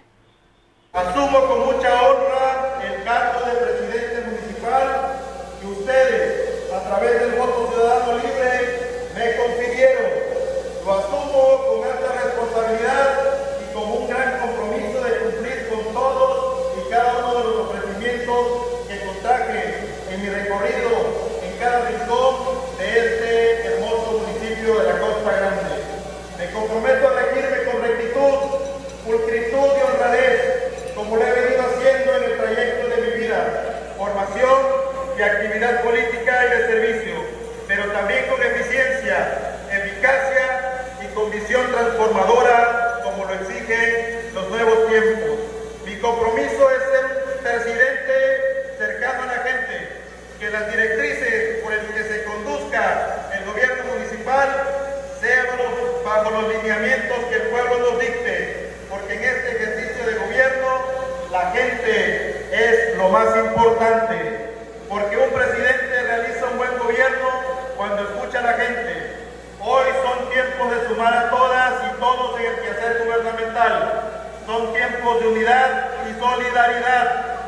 Asumo con mucha honra el cargo de presidente municipal que ustedes, a través del voto ciudadano libre, me confirieron. Lo asumo con alta responsabilidad y con un gran compromiso de cumplir con todos y cada uno de los ofrecimientos que contraje en mi recorrido en cada rincón de este hermoso municipio de la Costa Grande. Me comprometo a regirme con rectitud, pulcritud y honradez, como lo he venido haciendo en el trayecto de mi vida, formación y actividad política y de servicio, pero también con eficiencia, eficacia y con visión transformadora, como lo exigen los nuevos tiempos. Mi compromiso es ser un presidente cercano a la gente, que las directrices por las que se conduzca el gobierno municipal sean bajo los lineamientos que el pueblo nos dicte, porque en este ejercicio de gobierno la gente es lo más importante, porque un presidente realiza un buen gobierno cuando escucha a la gente. Hoy son tiempos de sumar a todas y todos en el quehacer gubernamental, son tiempos de unidad y solidaridad.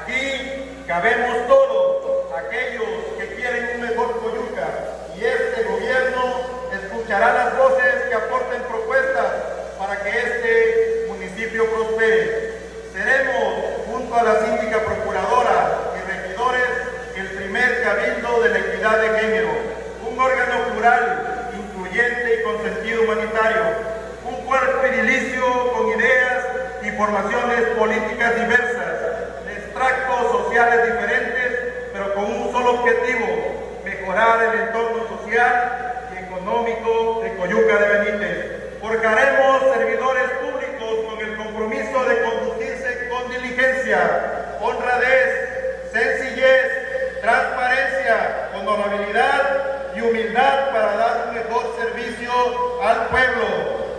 Aquí cabemos todos, aquellos que quieren un mejor Coyuca, y este gobierno escuchará las voces que aporten propuestas para que este municipio prospere. Seremos, junto a la síndica procuradora y regidores, el primer cabildo de la equidad de género, un órgano plural, incluyente y con sentido humanitario, un cuerpo edilicio con ideas y formaciones políticas diversas, de extractos sociales diferentes, pero con un solo objetivo: mejorar el entorno social y económico de Coyuca de Benítez. Forjaremos servidores públicos con el compromiso de conducirse con diligencia, honradez, sencillez, transparencia, honorabilidad y humildad para dar un mejor servicio al pueblo.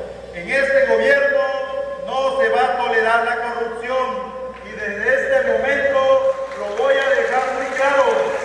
En este gobierno no se va a tolerar la corrupción y desde este momento lo voy a dejar muy claro.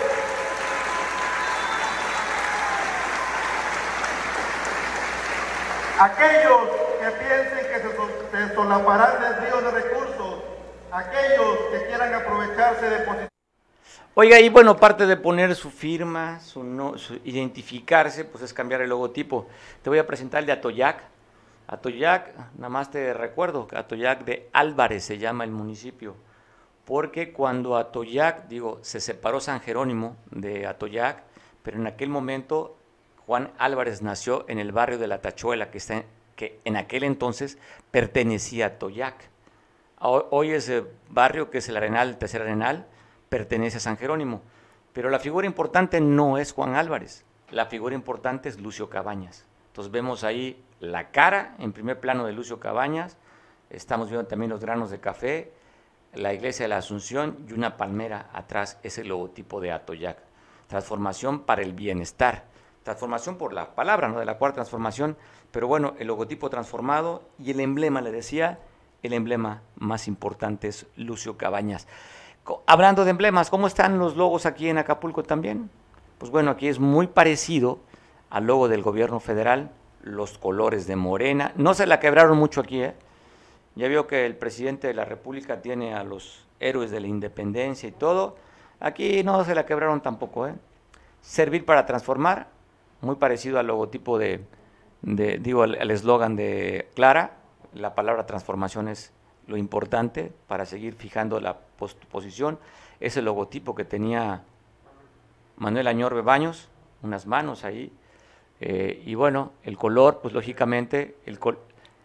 Aquellos que piensen que se, se solaparán desvíos de recursos, aquellos que quieran aprovecharse de posiciones. Oiga, y bueno, parte de poner su firma, su, no, su identificarse, pues es cambiar el logotipo. Te voy a presentar el de Atoyac. Atoyac, nada más te recuerdo, que Atoyac de Álvarez se llama el municipio, porque cuando Atoyac, digo, se separó San Jerónimo de Atoyac, pero en aquel momento Juan Álvarez nació en el barrio de La Tachuela, que está en, que en aquel entonces pertenecía a Toyac. Hoy ese barrio, que es el Arenal, el Tercer Arenal, pertenece a San Jerónimo. Pero la figura importante no es Juan Álvarez, la figura importante es Lucio Cabañas. Entonces vemos ahí la cara en primer plano de Lucio Cabañas, estamos viendo también los granos de café, la iglesia de la Asunción y una palmera atrás, es el logotipo de Atoyac. Transformación para el bienestar, transformación por la palabra, ¿no?, de la cuarta transformación, pero bueno, el logotipo transformado y el emblema, le decía, el emblema más importante es Lucio Cabañas. Hablando de emblemas, ¿cómo están los logos aquí en Acapulco también? Pues bueno, aquí es muy parecido al logo del gobierno federal, los colores de Morena, no se la quebraron mucho aquí, ¿eh? Ya vio que el presidente de la República tiene a los héroes de la independencia y todo, aquí no se la quebraron tampoco, ¿eh? Servir para transformar, muy parecido al logotipo de, de digo, al eslogan de Clara. La palabra transformación es lo importante para seguir fijando la posición. Ese logotipo que tenía Manuel Añorbe Baños, unas manos ahí, eh, y bueno, el color, pues lógicamente, el, col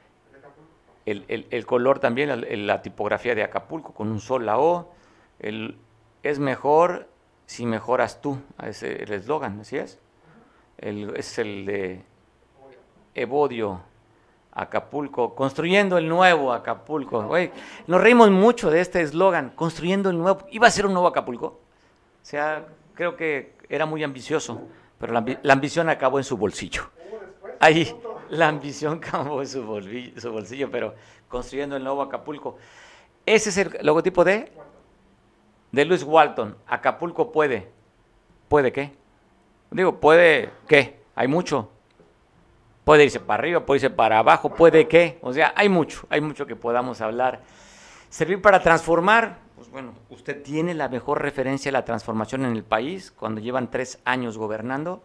el, el, el color también, el, la tipografía de Acapulco, con un sol, la O, el, es mejor si mejoras tú, ese el eslogan, ¿así es? El, es el de Evodio Acapulco, construyendo el nuevo Acapulco. Güey, nos reímos mucho de este eslogan, construyendo el nuevo. ¿Iba a ser un nuevo Acapulco? O sea, creo que era muy ambicioso, pero la, la ambición acabó en su bolsillo. Ahí, la ambición acabó en su bolsillo, su bolsillo, pero construyendo el nuevo Acapulco. Ese es el logotipo de, de Luis Walton. Acapulco puede. ¿Puede qué? Digo, ¿puede qué? Hay mucho. Puede irse para arriba, puede irse para abajo, puede qué, o sea, hay mucho, hay mucho que podamos hablar. Servir para transformar, pues bueno, usted tiene la mejor referencia a la transformación en el país, cuando llevan tres años gobernando.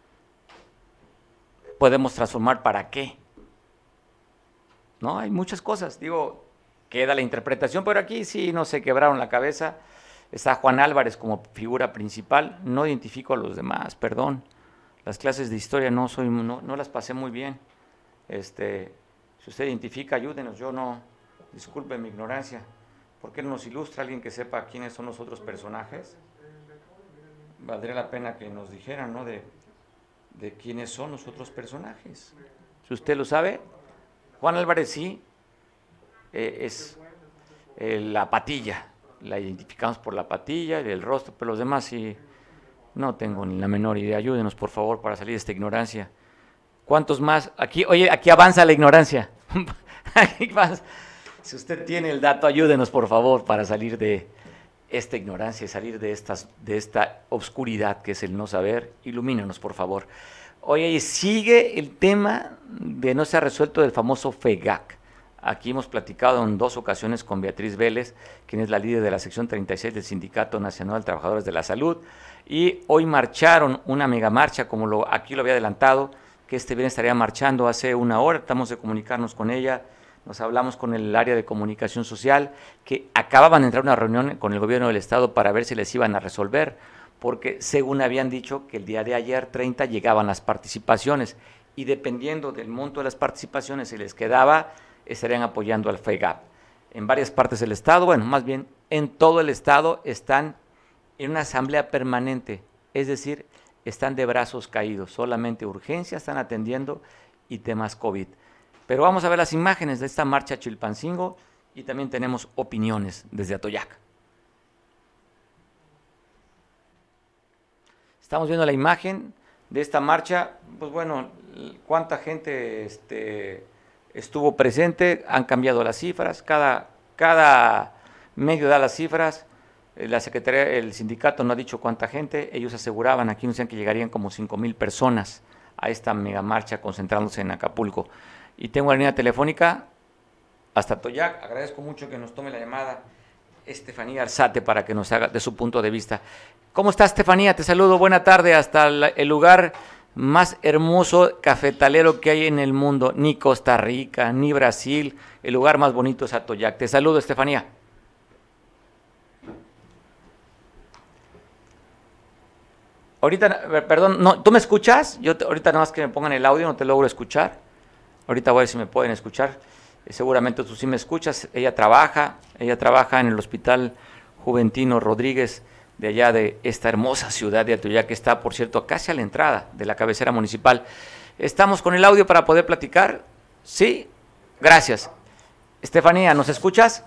¿Podemos transformar para qué? No, hay muchas cosas, digo, queda la interpretación, pero aquí sí no se quebraron la cabeza. Está Juan Álvarez como figura principal, no identifico a los demás, perdón. Las clases de historia no soy no, no las pasé muy bien. Este, si usted identifica, ayúdenos, yo no, disculpe mi ignorancia. ¿Por qué no nos ilustra alguien que sepa quiénes son los otros personajes? Valdría la pena que nos dijeran, ¿no?, de, de quiénes son los otros personajes. Si usted lo sabe, Juan Álvarez sí, eh, es eh, la patilla, la identificamos por la patilla y el rostro, pero los demás sí. No tengo ni la menor idea. Ayúdenos, por favor, para salir de esta ignorancia. ¿Cuántos más? Aquí, oye, aquí avanza la ignorancia. Aquí avanza. Si usted tiene el dato, ayúdenos, por favor, para salir de esta ignorancia, salir de, estas, de esta obscuridad que es el no saber. Ilumínanos, por favor. Oye, sigue el tema de no se ha resuelto del famoso FEGAC. Aquí hemos platicado en dos ocasiones con Beatriz Vélez, quien es la líder de la sección treinta y seis del Sindicato Nacional de Trabajadores de la Salud, y hoy marcharon una megamarcha, como lo, aquí lo había adelantado, que este viernes estaría marchando hace una hora, tratamos de comunicarnos con ella, nos hablamos con el área de comunicación social, que acababan de entrar a una reunión con el gobierno del estado para ver si les iban a resolver, porque según habían dicho que el día de ayer, treinta, llegaban las participaciones, y dependiendo del monto de las participaciones, si les quedaba, estarían apoyando al FEGAP. En varias partes del estado, bueno, más bien en todo el estado están en una asamblea permanente, es decir, están de brazos caídos, solamente urgencias están atendiendo y temas COVID. Pero vamos a ver las imágenes de esta marcha Chilpancingo y también tenemos opiniones desde Atoyac. Estamos viendo la imagen de esta marcha, pues bueno, cuánta gente este, estuvo presente, han cambiado las cifras, cada, cada medio da las cifras. La Secretaría, el sindicato no ha dicho cuánta gente, ellos aseguraban, aquí nos decían que llegarían como cinco mil personas a esta megamarcha concentrándose en Acapulco. Y tengo la línea telefónica hasta Atoyac, agradezco mucho que nos tome la llamada Estefanía Arzate para que nos haga de su punto de vista. ¿Cómo estás, Estefanía? Te saludo, buena tarde, hasta el lugar más hermoso cafetalero que hay en el mundo, ni Costa Rica, ni Brasil, el lugar más bonito es Atoyac. Te saludo, Estefanía. Ahorita, perdón, no, ¿tú me escuchas? Yo te, ahorita nada más que me pongan el audio, no te logro escuchar. Ahorita voy a ver si me pueden escuchar. Eh, seguramente tú sí me escuchas. Ella trabaja, ella trabaja en el Hospital Juventino Rodríguez de allá de esta hermosa ciudad de Atoyac, que está, por cierto, casi a la entrada de la cabecera municipal. ¿Estamos con el audio para poder platicar? Sí, gracias. Estefanía, ¿nos escuchas?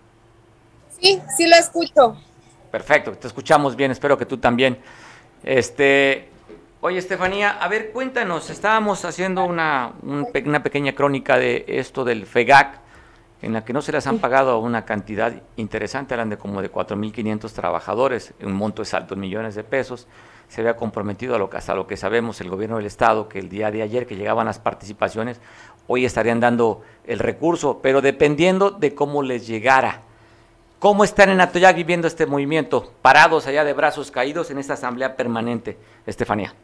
Sí, sí lo escucho. Perfecto, te escuchamos bien, espero que tú también. Este, oye, Estefanía, a ver, cuéntanos, estábamos haciendo una, un, una pequeña crónica de esto del FEGAC, en la que no se les han pagado una cantidad interesante, hablan de como de cuatro mil quinientos trabajadores, un monto es alto en millones de pesos. Se había comprometido a lo que, hasta lo que sabemos el gobierno del estado, que el día de ayer que llegaban las participaciones, hoy estarían dando el recurso, pero dependiendo de cómo les llegara. ¿Cómo están en Atoyac viviendo este movimiento? Parados allá de brazos caídos en esta asamblea permanente, Estefanía.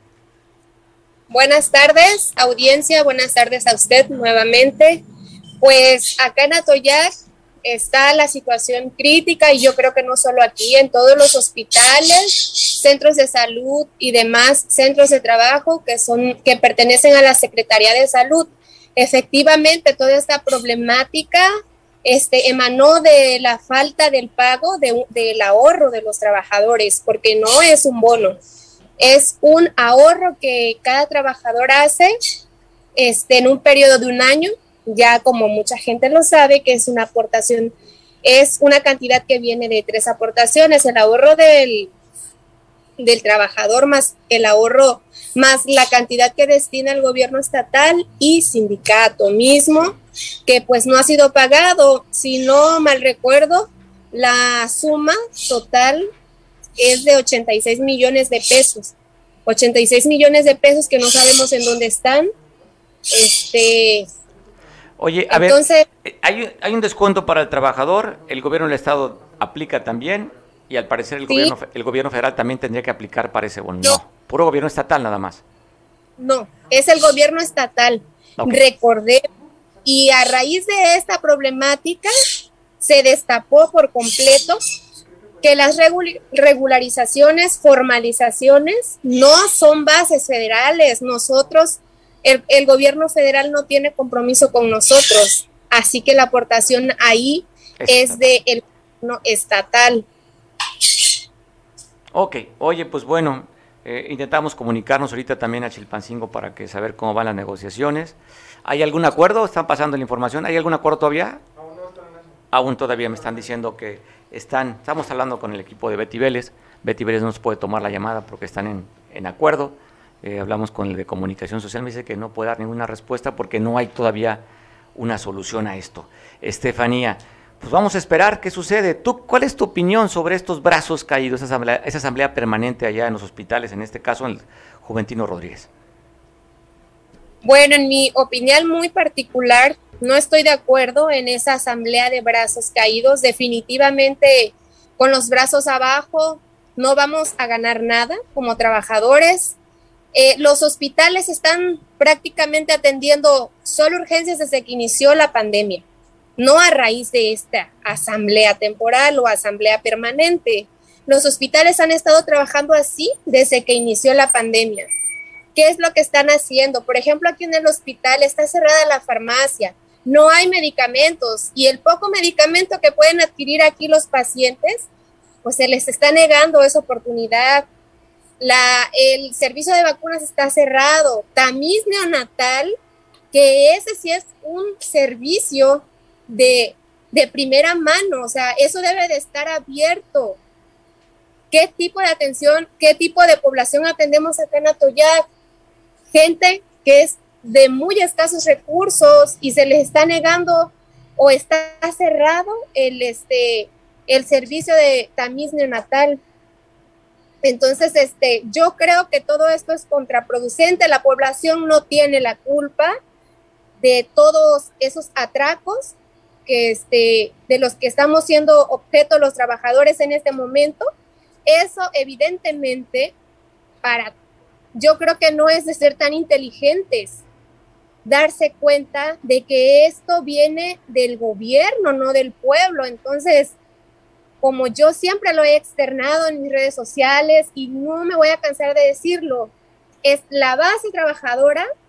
Buenas tardes, audiencia, buenas tardes a usted nuevamente. Pues acá en Atoyac está la situación crítica, y yo creo que no solo aquí, en todos los hospitales, centros de salud y demás centros de trabajo que son que pertenecen a la Secretaría de Salud. Efectivamente, toda esta problemática este, emanó de la falta del pago de, del ahorro de los trabajadores, porque no es un bono, es un ahorro que cada trabajador hace este, en un periodo de un año. Ya como mucha gente lo sabe, que es una aportación, es una cantidad que viene de tres aportaciones: el ahorro del, del trabajador más el ahorro más la cantidad que destina el gobierno estatal y sindicato mismo, que pues no ha sido pagado. Si no mal recuerdo, la suma total es de ochenta y seis millones de pesos, ochenta y seis millones de pesos que no sabemos en dónde están. Este... Oye, a Entonces, ver, hay, hay un descuento para el trabajador, el gobierno del estado aplica también, y al parecer el, ¿sí? gobierno, el gobierno federal también tendría que aplicar para ese bono. No, no, puro gobierno estatal nada más. No, es el gobierno estatal, okay. Recordé, y a raíz de esta problemática se destapó por completo que las regul- regularizaciones, formalizaciones no son bases federales. Nosotros... El, el gobierno federal no tiene compromiso con nosotros, así que la aportación ahí es de el gobierno estatal. Ok, oye, pues bueno, eh, intentamos comunicarnos ahorita también a Chilpancingo para que saber cómo van las negociaciones. ¿Hay algún acuerdo? ¿Están pasando la información? ¿Hay algún acuerdo todavía? Aún no están en eso. Aún todavía me están diciendo que están, estamos hablando con el equipo de Betty Vélez. Betty Vélez no nos puede tomar la llamada porque están en, en acuerdo. Eh, hablamos con el de Comunicación Social, me dice que no puede dar ninguna respuesta porque no hay todavía una solución a esto. Estefanía, pues vamos a esperar qué sucede. ¿Tú, cuál es tu opinión sobre estos brazos caídos, esa asamblea, esa asamblea permanente allá en los hospitales, en este caso en el Juventino Rodríguez? Bueno, en mi opinión muy particular, no estoy de acuerdo en esa asamblea de brazos caídos. Definitivamente, con los brazos abajo, no vamos a ganar nada como trabajadores. Eh, los hospitales están prácticamente atendiendo solo urgencias desde que inició la pandemia, no a raíz de esta asamblea temporal o asamblea permanente. Los hospitales han estado trabajando así desde que inició la pandemia. ¿Qué es lo que están haciendo? Por ejemplo, aquí en el hospital está cerrada la farmacia, no hay medicamentos, y el poco medicamento que pueden adquirir aquí los pacientes, pues se les está negando esa oportunidad. La, el servicio de vacunas está cerrado, tamiz neonatal, que ese sí es un servicio de, de primera mano, o sea, eso debe de estar abierto. ¿Qué tipo de atención, qué tipo de población atendemos acá en Atoyac? Gente que es de muy escasos recursos y se les está negando o está cerrado el, este, el servicio de tamiz neonatal. Entonces, este, yo creo que todo esto es contraproducente. La población no tiene la culpa de todos esos atracos que, este, de los que estamos siendo objeto los trabajadores en este momento. Eso, evidentemente, para, yo creo que no es de ser tan inteligentes darse cuenta de que esto viene del gobierno, no del pueblo. Entonces, como yo siempre lo he externado en mis redes sociales y no me voy a cansar de decirlo, es la base trabajadora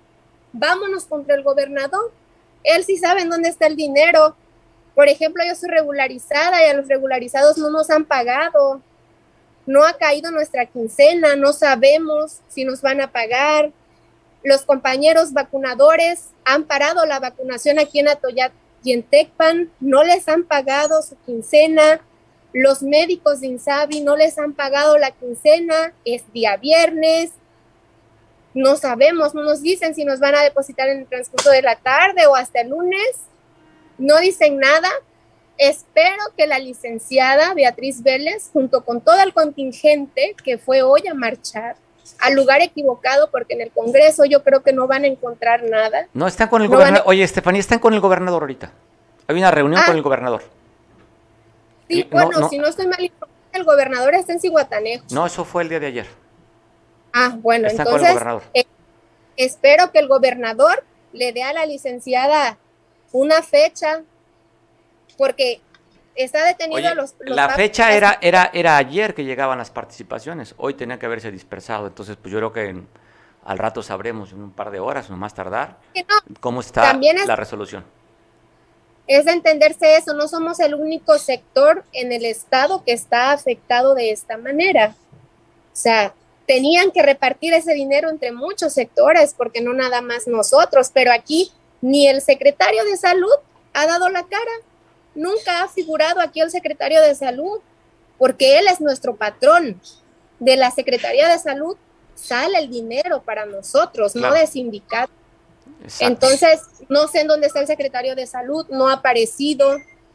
vámonos contra el gobernador. Él sí sabe en dónde está el dinero. Por ejemplo, yo soy regularizada y a los regularizados no nos han pagado. No ha caído nuestra quincena, no sabemos si nos van a pagar. Los compañeros vacunadores han parado la vacunación aquí en Atoyac y en Tecpan, no les han pagado su quincena. Los médicos de INSABI no les han pagado la quincena, es día viernes. No sabemos, no nos dicen si nos van a depositar en el transcurso de la tarde o hasta el lunes. No dicen nada. Espero que la licenciada Beatriz Vélez, junto con todo el contingente que fue hoy a marchar, al lugar equivocado, porque en el Congreso yo creo que no van a encontrar nada. No, están con el No gobernador. van a- Oye, Estefanía, están con el gobernador ahorita. Hay una reunión Ah. con el gobernador. Sí, Eh, no, bueno, no. si no estoy mal informada, el gobernador está en Zihuatanejo. No, eso fue el día de ayer. Ah, bueno, Están con el entonces gobernador. eh, espero que el gobernador le dé a la licenciada una fecha, porque está detenido Oye, a los, los la pap- fecha era, era, era ayer que llegaban las participaciones. Hoy tenía que haberse dispersado. Entonces, pues yo creo que en- al rato sabremos en un par de horas, no más tardar, que no, cómo está También es- la resolución. es de entenderse eso, no somos el único sector en el estado que está afectado de esta manera. O sea, tenían que repartir ese dinero entre muchos sectores, porque no nada más nosotros, pero aquí ni el secretario de salud ha dado la cara, nunca ha figurado aquí el secretario de salud, porque él es nuestro patrón. De la Secretaría de Salud sale el dinero para nosotros, Claro. no de sindicatos. Exacto. Entonces, no sé en dónde está el secretario de salud, no ha aparecido,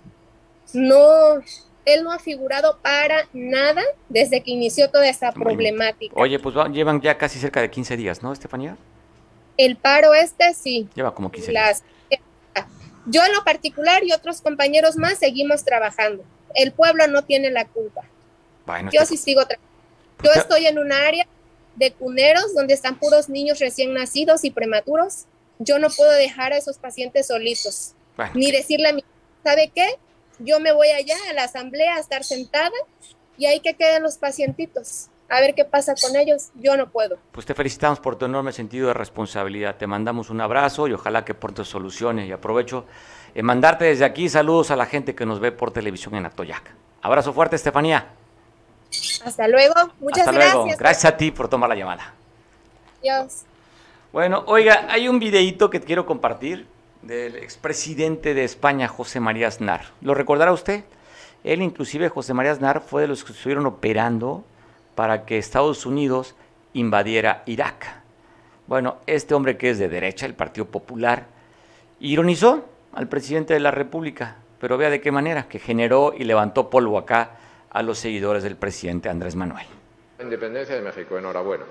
no, él no ha figurado para nada desde que inició toda esta problemática. Oye, pues va- llevan ya casi cerca de quince días, ¿no, Estefanía? El paro este, sí. Lleva como quince días. Las, yo en lo particular y otros compañeros más seguimos trabajando. El pueblo no tiene la culpa. Bueno, Yo este- sí sigo trabajando. Yo estoy en un área de cuneros donde están puros niños recién nacidos y prematuros. Yo no puedo dejar a esos pacientes solitos. Bueno. Ni decirle a mi, ¿sabe qué? Yo me voy allá a la asamblea a estar sentada y ahí que queden los pacientitos. A ver qué pasa con ellos. Yo no puedo. Pues te felicitamos por tu enorme sentido de responsabilidad. Te mandamos un abrazo y ojalá que pronto soluciones. Y aprovecho en mandarte desde aquí saludos a la gente que nos ve por televisión en Atoyac. Abrazo fuerte, Estefanía. Hasta luego. Muchas Hasta gracias. luego. Gracias a ti por tomar la llamada. Adiós. Bueno, oiga, hay un videíto que quiero compartir del expresidente de España, José María Aznar. ¿Lo recordará usted? Él, inclusive, José María Aznar, fue de los que estuvieron operando para que Estados Unidos invadiera Irak. Bueno, este hombre que es de derecha, el Partido Popular, ironizó al presidente de la República, pero vea de qué manera, que generó y levantó polvo acá a los seguidores del presidente Andrés Manuel. Independencia de México, enhorabuena.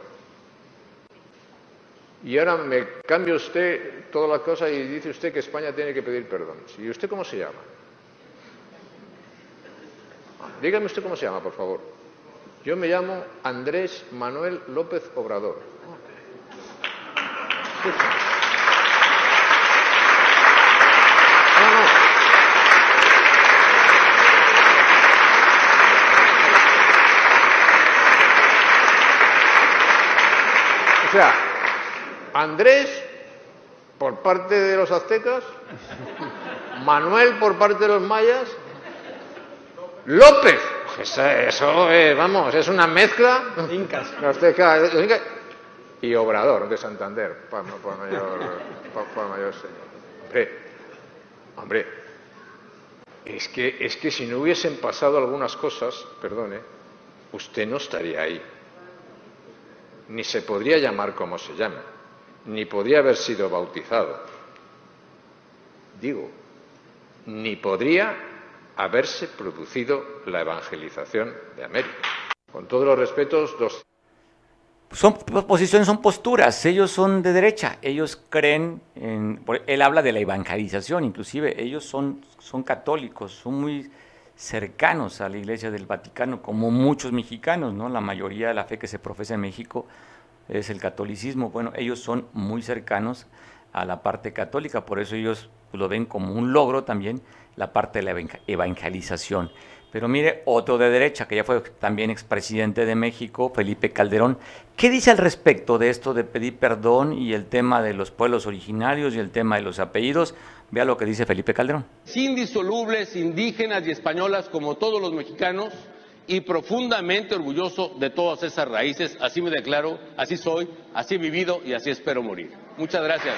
Y ahora me cambia usted toda la cosa y dice usted que España tiene que pedir perdón. ¿Y usted cómo se llama? Dígame usted cómo se llama, por favor. Yo me llamo Andrés Manuel López Obrador. Escucha. No, no. O sea, Andrés por parte de los aztecas, Manuel por parte de los mayas, López. Eso, eso es, vamos, es una mezcla. Incas. Los aztecas, los incas, y Obrador de Santander, para, para mayor, para, para mayor señor. Hombre, hombre, es que, es que si no hubiesen pasado algunas cosas, perdone, usted no estaría ahí. Ni se podría llamar como se llama, ni podría haber sido bautizado. Digo, ni podría haberse producido la evangelización de América. Con todos los respetos, dos. Son posiciones, son posturas, ellos son de derecha, ellos creen, en, él habla de la evangelización, inclusive ellos son, son católicos, son muy cercanos a la Iglesia del Vaticano, como muchos mexicanos, ¿no? La mayoría de la fe que se profesa en México es el catolicismo. Bueno, ellos son muy cercanos a la parte católica, por eso ellos lo ven como un logro también la parte de la evangelización. Pero mire, otro de derecha, que ya fue también expresidente de México, Felipe Calderón, ¿qué dice al respecto de esto de pedir perdón y el tema de los pueblos originarios y el tema de los apellidos? Vea lo que dice Felipe Calderón. Indisolubles, indígenas y españolas como todos los mexicanos y profundamente orgulloso de todas esas raíces. Así me declaro, así soy, así he vivido y así espero morir. Muchas gracias.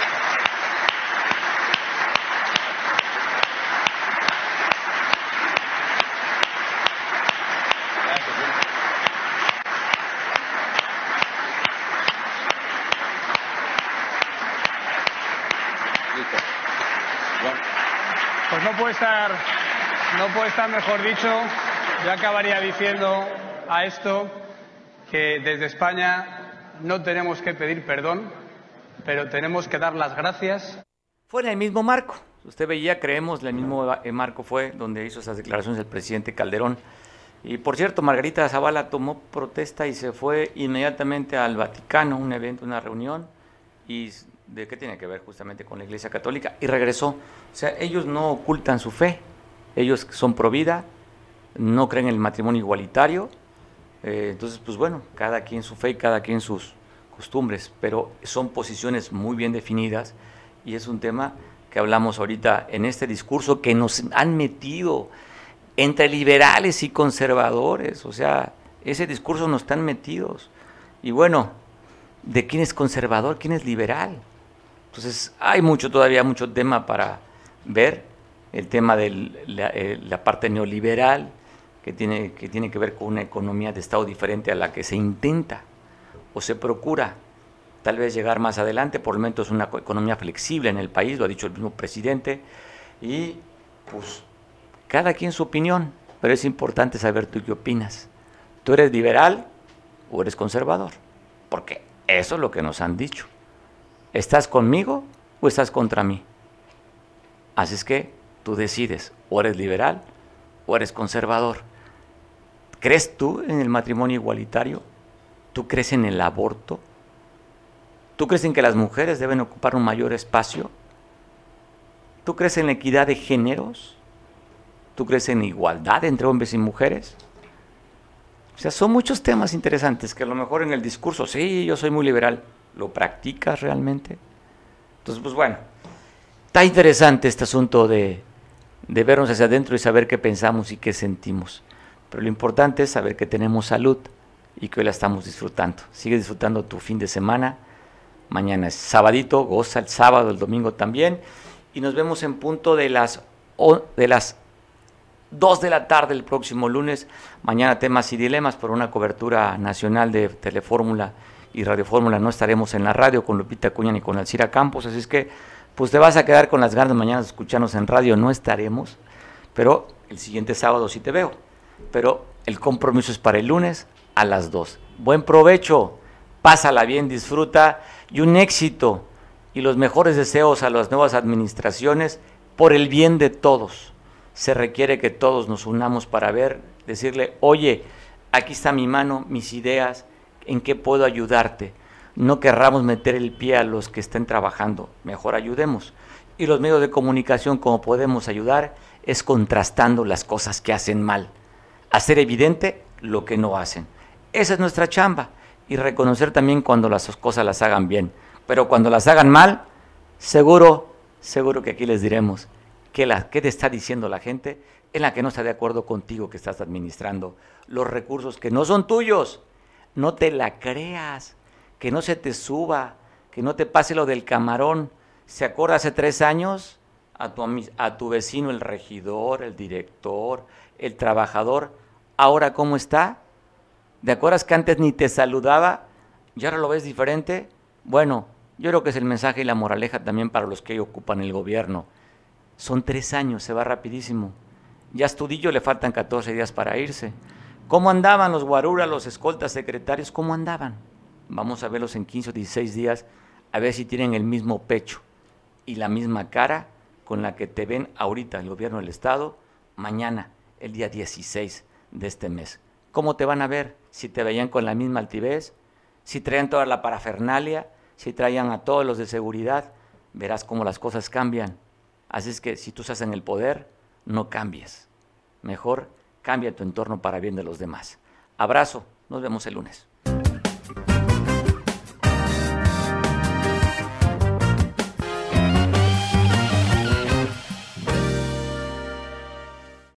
Pues no puede estar, no puede estar mejor dicho. Yo acabaría diciendo a esto que desde España no tenemos que pedir perdón, pero tenemos que dar las gracias. Fue en el mismo marco. Usted veía, creemos, el mismo marco fue donde hizo esas declaraciones el presidente Calderón. Y por cierto, Margarita Zavala tomó protesta y se fue inmediatamente al Vaticano, un evento, una reunión, y ¿de qué tiene que ver justamente con la Iglesia Católica? Y regresó. O sea, ellos no ocultan su fe, ellos son pro vida, no creen en el matrimonio igualitario, eh, entonces pues bueno, cada quien su fe y cada quien sus costumbres, pero son posiciones muy bien definidas y es un tema que hablamos ahorita en este discurso que nos han metido entre liberales y conservadores, o sea, ese discurso nos están metidos. Y bueno, ¿de quién es conservador? ¿Quién es liberal? Entonces hay mucho todavía, mucho tema para ver, el tema de la, eh, la parte neoliberal, que tiene, que tiene que ver con una economía de Estado diferente a la que se intenta o se procura tal vez llegar más adelante. Por el momento es una economía flexible en el país, lo ha dicho el mismo presidente, y pues cada quien su opinión, pero es importante saber tú qué opinas. ¿Tú eres liberal o eres conservador? Porque eso es lo que nos han dicho. ¿Estás conmigo o estás contra mí? Así es que tú decides, o eres liberal o eres conservador. ¿Crees tú en el matrimonio igualitario? ¿Tú crees en el aborto? ¿Tú crees en que las mujeres deben ocupar un mayor espacio? ¿Tú crees en la equidad de géneros? ¿Tú crees en igualdad entre hombres y mujeres? O sea, son muchos temas interesantes que a lo mejor en el discurso, sí, yo soy muy liberal, ¿lo practicas realmente? Entonces, pues bueno, está interesante este asunto de, de vernos hacia adentro y saber qué pensamos y qué sentimos. Pero lo importante es saber que tenemos salud y que hoy la estamos disfrutando. Sigue disfrutando tu fin de semana. Mañana es sabadito, goza el sábado, el domingo también. Y nos vemos en punto de las, de las dos de la tarde el próximo lunes. Mañana temas y dilemas por una cobertura nacional de Telefórmula y Radio Fórmula. No estaremos en la radio con Lupita Acuña ni con Alcira Campos, así es que pues te vas a quedar con las ganas mañana de escucharnos en radio. No estaremos, pero el siguiente sábado sí te veo. Pero el compromiso es para el lunes a las dos. Buen provecho, pásala bien, disfruta y un éxito y los mejores deseos a las nuevas administraciones por el bien de todos. Se requiere que todos nos unamos para ver, decirle, oye, aquí está mi mano, mis ideas, ¿en qué puedo ayudarte? No querramos meter el pie a los que estén trabajando, mejor ayudemos. Y los medios de comunicación, como podemos ayudar, es contrastando las cosas que hacen mal. Hacer evidente lo que no hacen. Esa es nuestra chamba. Y reconocer también cuando las cosas las hagan bien. Pero cuando las hagan mal, seguro, seguro que aquí les diremos que la, qué te está diciendo la gente en la que no está de acuerdo contigo que estás administrando los recursos que no son tuyos. No te la creas, que no se te suba, que no te pase lo del camarón. ¿Se acuerda hace tres años? A tu, a tu vecino, el regidor, el director, el trabajador, ¿ahora cómo está? ¿Te acuerdas que antes ni te saludaba y ahora lo ves diferente? Bueno, yo creo que es el mensaje y la moraleja también para los que ocupan el gobierno. Son tres años, se va rapidísimo. Ya a Astudillo le faltan catorce días para irse. ¿Cómo andaban los guaruras, los escoltas secretarios? ¿Cómo andaban? Vamos a verlos en quince o dieciséis días, a ver si tienen el mismo pecho y la misma cara con la que te ven ahorita el gobierno del Estado, mañana, el día dieciséis de este mes. ¿Cómo te van a ver? Si te veían con la misma altivez, si traían toda la parafernalia, si traían a todos los de seguridad, verás cómo las cosas cambian. Así es que si tú estás en el poder, no cambies. mejor cambia tu entorno para bien de los demás. Abrazo, nos vemos el lunes.